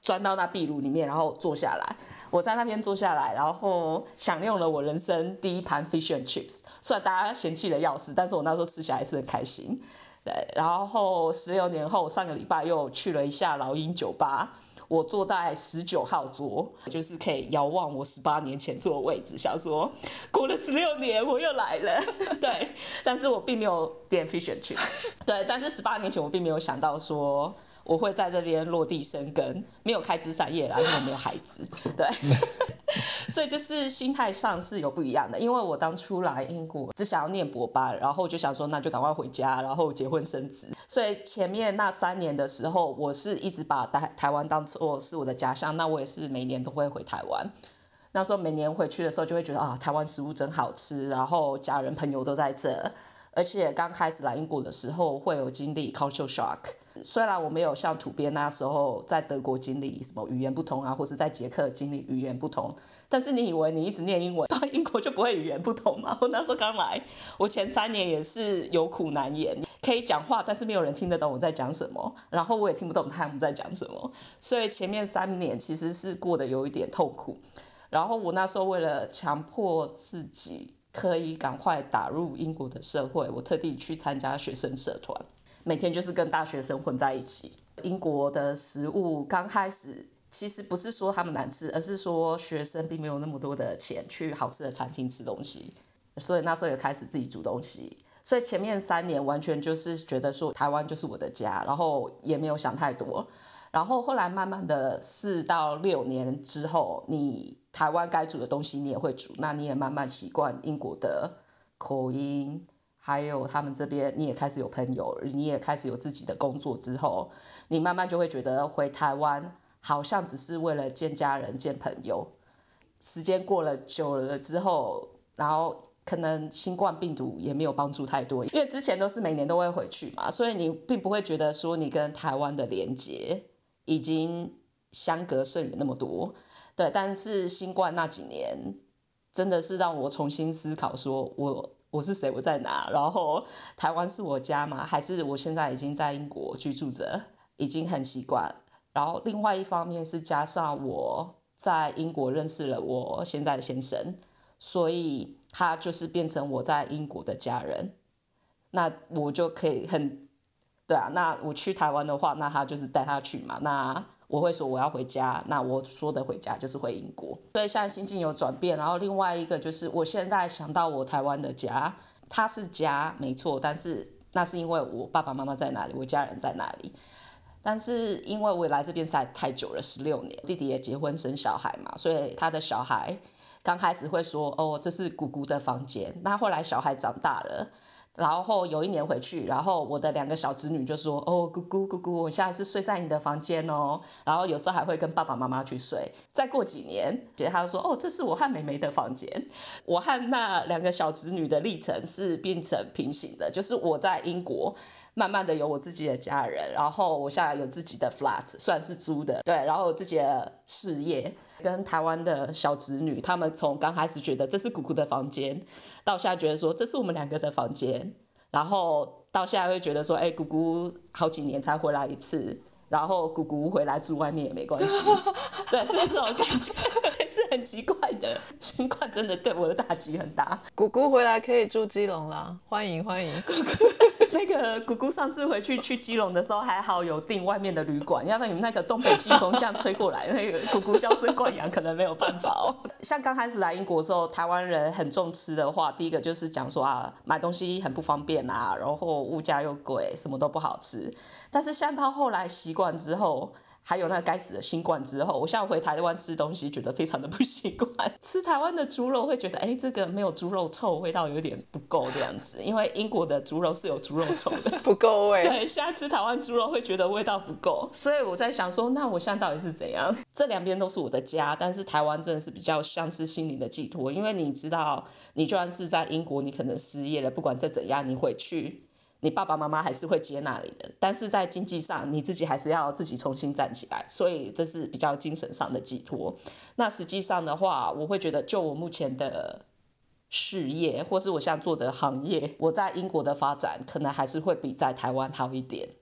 钻到那壁炉里面，然后坐下来。我在那边坐下来，然后享用了我人生第一盘 fish and chips。虽然大家嫌弃的要死，但是我那时候吃起来还是很开心。对，然后十六年后，上个礼拜又去了一下老鹰酒吧。我坐在十九号桌，就是可以遥望我十八年前坐的位置，想说过了十六年我又来了。对，但是我并没有点 fish and chips。对，但是十八年前我并没有想到说我会在这边落地生根，没有开枝散叶啦，因为我没有孩子。对，所以就是心态上是有不一样的。因为我当初来英国只想要念博班，然后就想说那就赶快回家，然后结婚生子。所以前面那三年的时候，我是一直把台台湾当作是我的家乡，那我也是每年都会回台湾。那时候每年回去的时候就会觉得啊，台湾食物真好吃，然后家人朋友都在这。而且刚开始来英国的时候会有经历 culture shock， 虽然我没有像土鳖那时候在德国经历什么语言不同啊，或是在捷克经历语言不同，但是你以为你一直念英文到英国就不会语言不同吗？我那时候刚来，我前三年也是有苦难言，可以讲话，但是没有人听得懂我在讲什么，然后我也听不懂他们在讲什么，所以前面三年其实是过得有一点痛苦。然后我那时候为了强迫自己可以赶快打入英国的社会，我特地去参加学生社团，每天就是跟大学生混在一起。英国的食物刚开始其实不是说他们难吃，而是说学生并没有那么多的钱去好吃的餐厅吃东西，所以那时候也开始自己煮东西。所以前面三年完全就是觉得说台湾就是我的家，然后也没有想太多。然后后来慢慢的四到六年之后，你台湾该煮的东西你也会煮，那你也慢慢习惯英国的口音，还有他们这边你也开始有朋友，你也开始有自己的工作之后，你慢慢就会觉得回台湾好像只是为了见家人见朋友。时间过了久了之后，然后可能新冠病毒也没有帮助太多，因为之前都是每年都会回去嘛，所以你并不会觉得说你跟台湾的连结已经相隔甚远那么多。对，但是新冠那几年真的是让我重新思考说我我是谁，我在哪，然后台湾是我家吗？还是我现在已经在英国居住着，已经很习惯。然后另外一方面是加上我在英国认识了我现在的先生，所以他就是变成我在英国的家人，那我就可以很对啊，那我去台湾的话，那他就是带他去嘛，那我会说我要回家，那我说的回家就是回英国。所以现在心境有转变。然后另外一个就是我现在想到我台湾的家，它是家没错，但是那是因为我爸爸妈妈在哪里，我家人在哪里。但是因为我来这边实在太久了，十六年，弟弟也结婚生小孩嘛，所以他的小孩刚开始会说哦这是姑姑的房间，那后来小孩长大了，然后有一年回去，然后我的两个小侄女就说哦姑姑姑姑我现在是睡在你的房间哦，然后有时候还会跟爸爸妈妈去睡。再过几年他就说哦这是我和妹妹的房间。我和那两个小侄女的历程是变成平行的，就是我在英国慢慢的有我自己的家人，然后我现在有自己的 flat， 虽然是租的，对，然后有自己的事业，跟台湾的小侄女，他们从刚开始觉得这是姑姑的房间，到现在觉得说这是我们两个的房间，然后到现在会觉得说，哎，姑姑好几年才回来一次，然后姑姑回来住外面也没关系，对，是这种感觉，是很奇怪的。情况真的对我的打击很大。 姑姑回来可以住基隆啦，欢迎欢迎。 这个姑姑上次回去去基隆的时候，还好有订外面的旅馆，要不然你们那个东北季风这样吹过来，那个姑姑娇生惯养可能没有办法哦。像刚开始来英国的时候，台湾人很重吃的话，第一个就是讲说啊，买东西很不方便啊，然后物价又贵，什么都不好吃。但是像到后来习惯之后，还有那个该死的新冠之后，我现在回台湾吃东西觉得非常的不习惯。吃台湾的猪肉会觉得，哎，这个没有猪肉臭，味道有点不够这样子。因为英国的猪肉是有猪肉臭的， 不够味。 对，现在吃台湾猪肉会觉得味道不够，所以我在想说，那我现在到底是怎样？这两边都是我的家，但是台湾真的是比较像是心灵的寄托，因为你知道，你就算是在英国，你可能失业了，不管再怎样，你回去。你爸爸妈妈还是会接纳你的，但是在经济上你自己还是要自己重新站起来，所以这是比较精神上的寄托。那实际上的话，我会觉得就我目前的事业或是我现在做的行业，我在英国的发展可能还是会比在台湾好一点。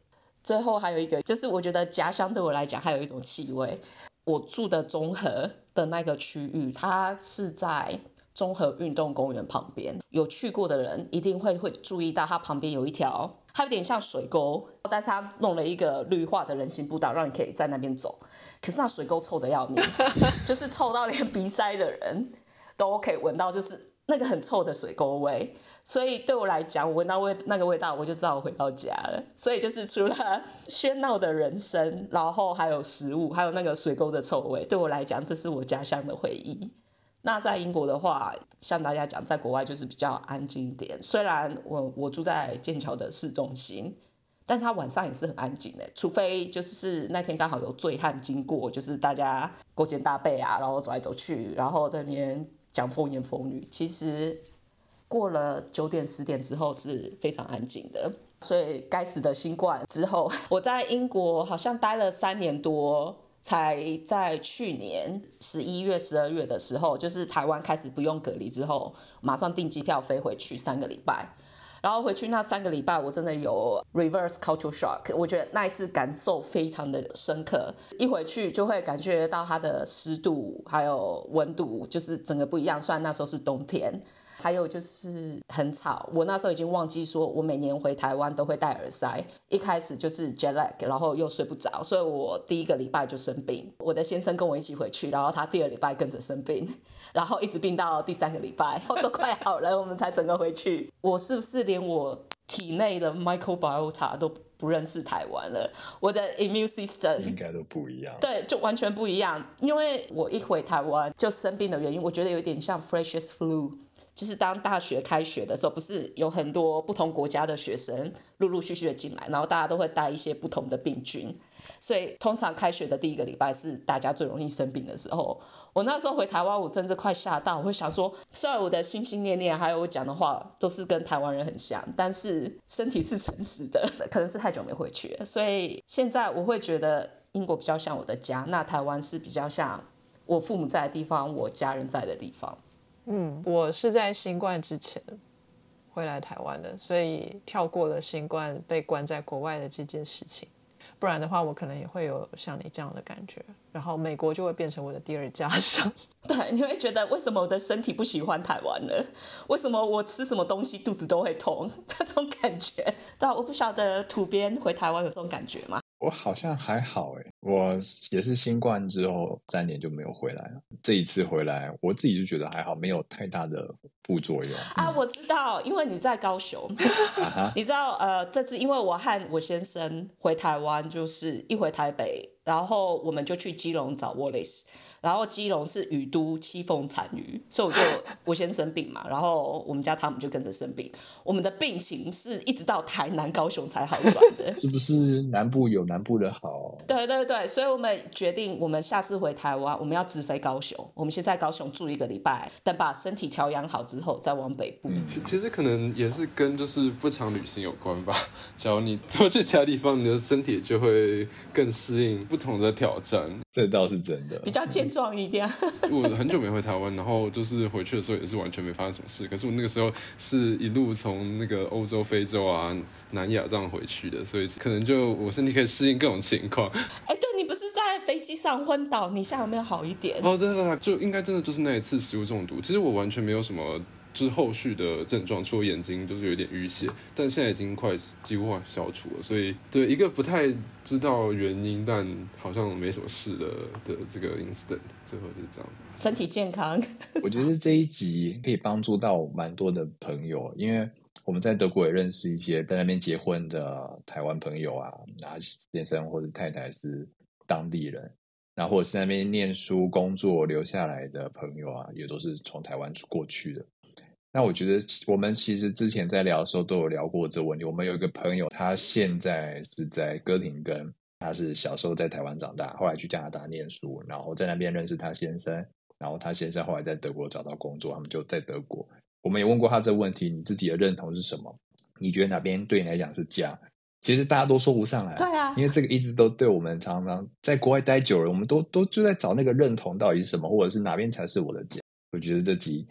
最后还有一个就是我觉得家乡对我来讲还有一种气味，我住的中和的那个区域，它是在中和运动公园旁边，有去过的人一定会会注意到它旁边有一条，它有点像水沟，但是它弄了一个绿化的人行步道让你可以在那边走，可是那水沟臭的要命就是臭到连鼻塞的人都可以闻到，就是那个很臭的水沟味，所以对我来讲，我闻到味那个味道，我就知道我回到家了。所以就是除了喧闹的人声，然后还有食物，还有那个水沟的臭味，对我来讲，这是我家乡的回忆。那在英国的话，像大家讲，在国外就是比较安静一点。虽然我我住在剑桥的市中心，但是它晚上也是很安静的，除非就是那天刚好有醉汉经过，就是大家勾肩搭背啊，然后走来走去，然后在那边讲风言风语。其实过了九点十点之后是非常安静的。所以该死的新冠之后，我在英国好像待了三年多。才在去年十一月、十二月的时候，就是台湾开始不用隔离之后，马上订机票飞回去三个礼拜。然后回去那三个礼拜，我真的有 reverse culture shock， 我觉得那一次感受非常的深刻。一回去就会感觉到它的湿度还有温度，就是整个不一样。虽然那时候是冬天。还有就是很吵，我那时候已经忘记说我每年回台湾都会戴耳塞，一开始就是 jet lag， 然后又睡不着，所以我第一个礼拜就生病。我的先生跟我一起回去，然后他第二礼拜跟着生病，然后一直病到第三个礼拜都快好了，我们才整个回去。我是不是连我体内的 microbiota 都不认识台湾了？我的 immune system 应该都不一样。 对，就完全不一样。因为我一回台湾就生病的原因，我觉得有点像 freshers flu，就是当大学开学的时候，不是有很多不同国家的学生陆陆续续的进来，然后大家都会带一些不同的病菌，所以通常开学的第一个礼拜是大家最容易生病的时候。我那时候回台湾，我真的快吓到，我会想说，虽然我的心心念念还有我讲的话都是跟台湾人很像，但是身体是诚实的，可能是太久没回去了，所以现在我会觉得英国比较像我的家，那台湾是比较像我父母在的地方，我家人在的地方。 嗯，我是在新冠之前回来台湾的，所以跳过了新冠被关在国外的这件事情。不然的话，我可能也会有像你这样的感觉，然后美国就会变成我的第二家乡。 对，你会觉得为什么我的身体不喜欢台湾了？为什么我吃什么东西肚子都会痛？那种感觉，对啊，我不晓得土边回台湾有这种感觉吗？ 我好像还好诶，我也是新冠之后三年就没有回来了。这一次回来，我自己就觉得还好，没有太大的副作用啊。我知道，因为你在高雄，啊、你知道呃，这次因为我和我先生回台湾，就是一回台北，然后我们就去基隆找 Wallace。然后基隆是雨都凄风惨雨，所以我就我先生病嘛，然后我们家汤姆就跟着生病。我们的病情是一直到台南高雄才好转的。 是不是南部有南部的好？ 对对对，所以我们决定我们下次回台湾我们要直飞高雄，我们先在高雄住一个礼拜，等把身体调养好之后再往北部。 其其实可能也是跟就是不常旅行有关吧。假如你多去其他地方，你的身体就会更适应不同的挑战。 这倒是真的， 比较健壮一点。 我很久没回台湾，然后就是回去的时候也是完全没发生什么事。可是我那个时候是一路从那个欧洲、非洲啊、南亚这样回去的，所以可能就我身体可以适应各种情况。 哎，对，你不是在飞机上昏倒，你现在有没有好一点？ 哦，对对对，就应该真的就是那一次食物中毒。其实我完全没有什么就是后续的症状，除了眼睛就是有点淤血，但现在已经快几乎快消除了。所以对一个不太知道原因，但好像没什么事的的这个 incident， 最后就是这样。 身体健康。 我觉得这一集可以帮助到蛮多的朋友，因为我们在德国也认识一些在那边结婚的台湾朋友啊，那先生或者太太是当地人，然后或者是在那边念书、工作留下来的朋友啊，也都是从台湾过去的。那我觉得我们其实之前在聊的时候都有聊过这个问题。我们有一个朋友，他现在是在哥廷根，他是小时候在台湾长大，后来去加拿大念书，然后在那边认识他先生，然后他先生后来在德国找到工作，他们就在德国。我们也问过他这个问题，你自己的认同是什么？你觉得哪边对你来讲是家？其实大家都说不上来， 对啊， 因为这个一直都对我们常常在国外待久了，我们都都就在找那个认同到底是什么，或者是哪边才是我的家。我觉得这集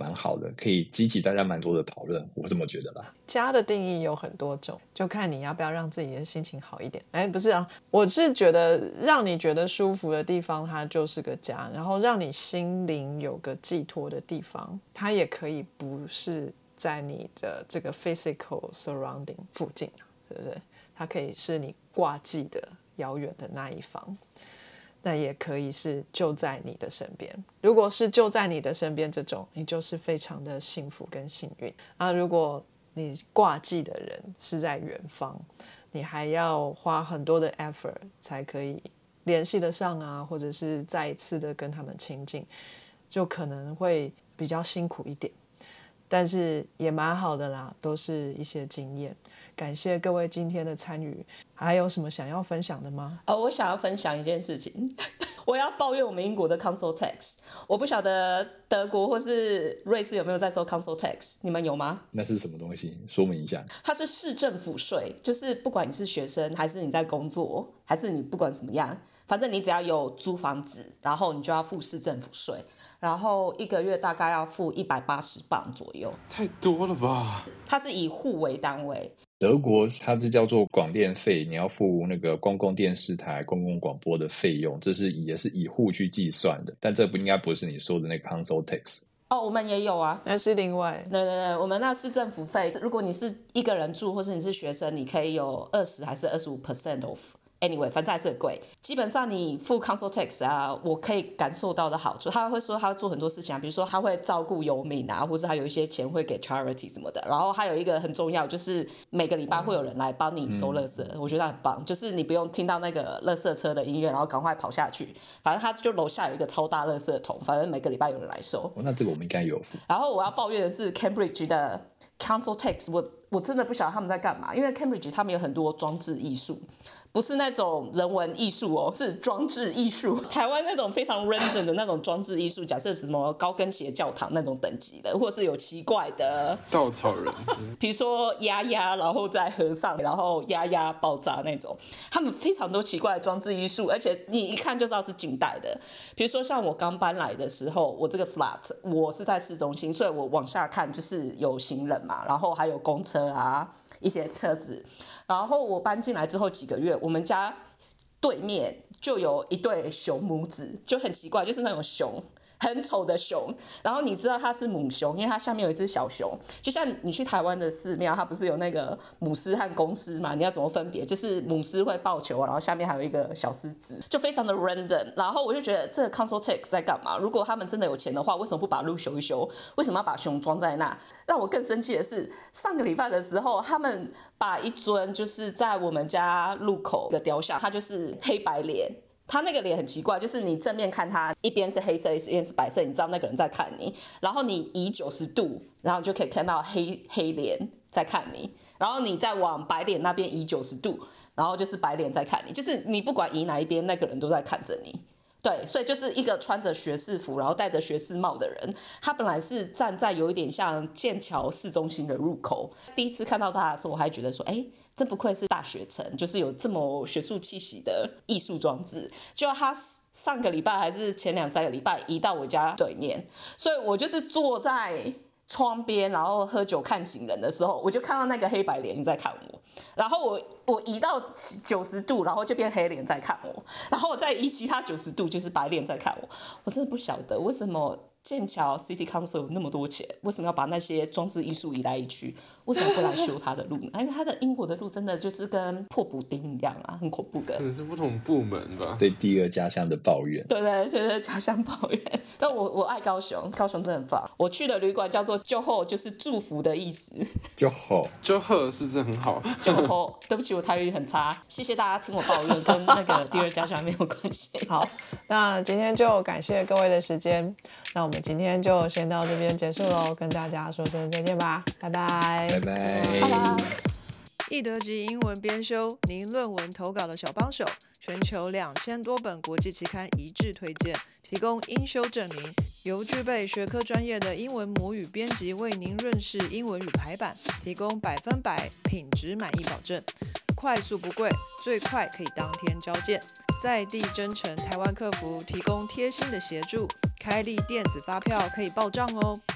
蛮好的，可以激起大家蛮多的讨论，我这么觉得啦。 家的定义有很多种，就看你要不要让自己的心情好一点。哎，不是啊，我是觉得让你觉得舒服的地方，它就是个家，然后让你心灵有个寄托的地方，它也可以不是在你的这个 physical surrounding 附近，对不对？它可以是你挂记的遥远的那一方，那也可以是就在你的身边。如果是就在你的身边这种，你就是非常的幸福跟幸运啊。如果你挂记的人是在远方，你还要花很多的 effort 才可以联系得上啊，或者是再一次的跟他们亲近，就可能会比较辛苦一点，但是也蛮好的啦，都是一些经验。感谢各位今天的参与，还有什么想要分享的吗？ 哦，我想要分享一件事情，我要抱怨我们英国的 council tax。我不晓得德国或是瑞士有没有在收 council tax， 你们有吗？ 那是什么东西？说明一下。 它是市政府税，就是不管你是学生还是你在工作，还是你不管怎么样，反正你只要有租房子，然后你就要付市政府税。然后一个月大概要付一百八十磅左右， 太多了吧？ 它是以户为单位。 德国它这叫做广电费，你要付那个公共电视台、公共广播的费用，这是也是以户去计算的，但这不应该不是你说的那个 council tax。 哦，我们也有啊， 那是另外。 对对对，我们那市政府费，如果你是一个人住，或是你是学生，你可以有二十还是二十五 percent off。Anyway， 反正还是很贵。基本上你付 council tax 啊，我可以感受到的好处，他会说他会做很多事情啊，比如说他会照顾游民啊，或是他有一些钱会给 charity 什么的。然后还有一个很重要，就是每个礼拜会有人来帮你收垃圾，嗯、我觉得很棒。就是你不用听到那个垃圾车的音乐，然后赶快跑下去，反正他就楼下有一个超大垃圾桶，反正每个礼拜有人来收。 哦、那这个我们应该有付。 然后我要抱怨的是 Cambridge 的 council tax， 我我真的不晓得他们在干嘛，因为 Cambridge 他们有很多装置艺术。不是那种人文艺术哦，是装置艺术。台湾那种非常 random 的那种装置艺术，假设什么高跟鞋教堂那种等级的，或是有奇怪的稻草人， 比如说鸭鸭，然后在河上，然后鸭鸭爆炸那种，他们非常多奇怪的装置艺术，而且你一看就知道是近代的。比如说像我刚搬来的时候，我这个 flat 我是在市中心，所以我往下看就是有行人嘛，然后还有公车啊，一些车子。然后我搬进来之后几个月，我们家对面就有一对熊母子，就很奇怪，就是那种熊很丑的熊，然后你知道它是母熊，因为它下面有一只小熊，就像你去台湾的寺庙，它不是有那个母狮和公狮嘛？你要怎么分别？就是母狮会抱球，然后下面还有一个小狮子，就非常的 random。然后我就觉得这个 council tax 在干嘛？如果他们真的有钱的话，为什么不把路修一修？为什么要把熊装在那？让我更生气的是，上个礼拜的时候，他们把一尊就是在我们家路口的雕像，它就是黑白脸。他那个脸很奇怪，就是你正面看他，一边是黑色，一边是白色，你知道那个人在看你，然后你移九十度，然后你就可以看到黑黑脸在看你，然后你再往白脸那边移九十度，然后就是白脸在看你，就是你不管移哪一边，那个人都在看着你。对，所以就是一个穿着学士服，然后戴着学士帽的人，他本来是站在有一点像剑桥市中心的入口。第一次看到他的时候，我还觉得说，哎，真不愧是大学城，就是有这么学术气息的艺术装置。就他上个礼拜还是前两三个礼拜移到我家对面，所以我就是坐在窗边，然后喝酒看行人的时候，我就看到那个黑白脸在看我，然后我我移到九十度，然后就变黑脸在看我，然后我再移其他九十度，就是白脸在看我。我真的不晓得为什么剑桥 City Council 有那么多钱，为什么要把那些装置艺术移来移去？为什么不来修它的路呢？因为它的英国的路真的就是跟破补丁一样啊，很恐怖的。 可能是不同部门吧。 对第二家乡的抱怨。 对对，就是家乡抱怨。但我我爱高雄，高雄真的很棒。我去的旅馆叫做就后，就是祝福的意思。 就后就后是真的很好。 就后，对不起，我台语很差，谢谢大家听我抱怨，跟那个第二家乡没有关系。 好，那今天就感谢各位的时间，那我们今天就先到这边结束喽，跟大家说声再见吧，拜拜， 拜拜， 拜拜。 易德级英文编修，您论文投稿的小帮手，全球两千多本国际期刊一致推荐，提供英修证明，由具备学科专业的英文母语编辑为您润饰英文与排版，提供百分百品质满意保证。快速不贵，最快可以当天交件，在地真诚台湾客服提供贴心的协助，开立电子发票可以报账哦。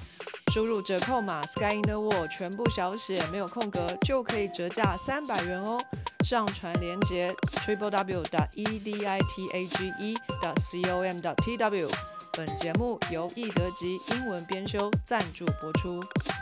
输入折扣码 Sky in the World 全部小写没有空格就可以折价三百元哦。上传连结 triple w 点 e d i t a g e 点 com 点 t w。本节目由易德吉英文编修赞助播出。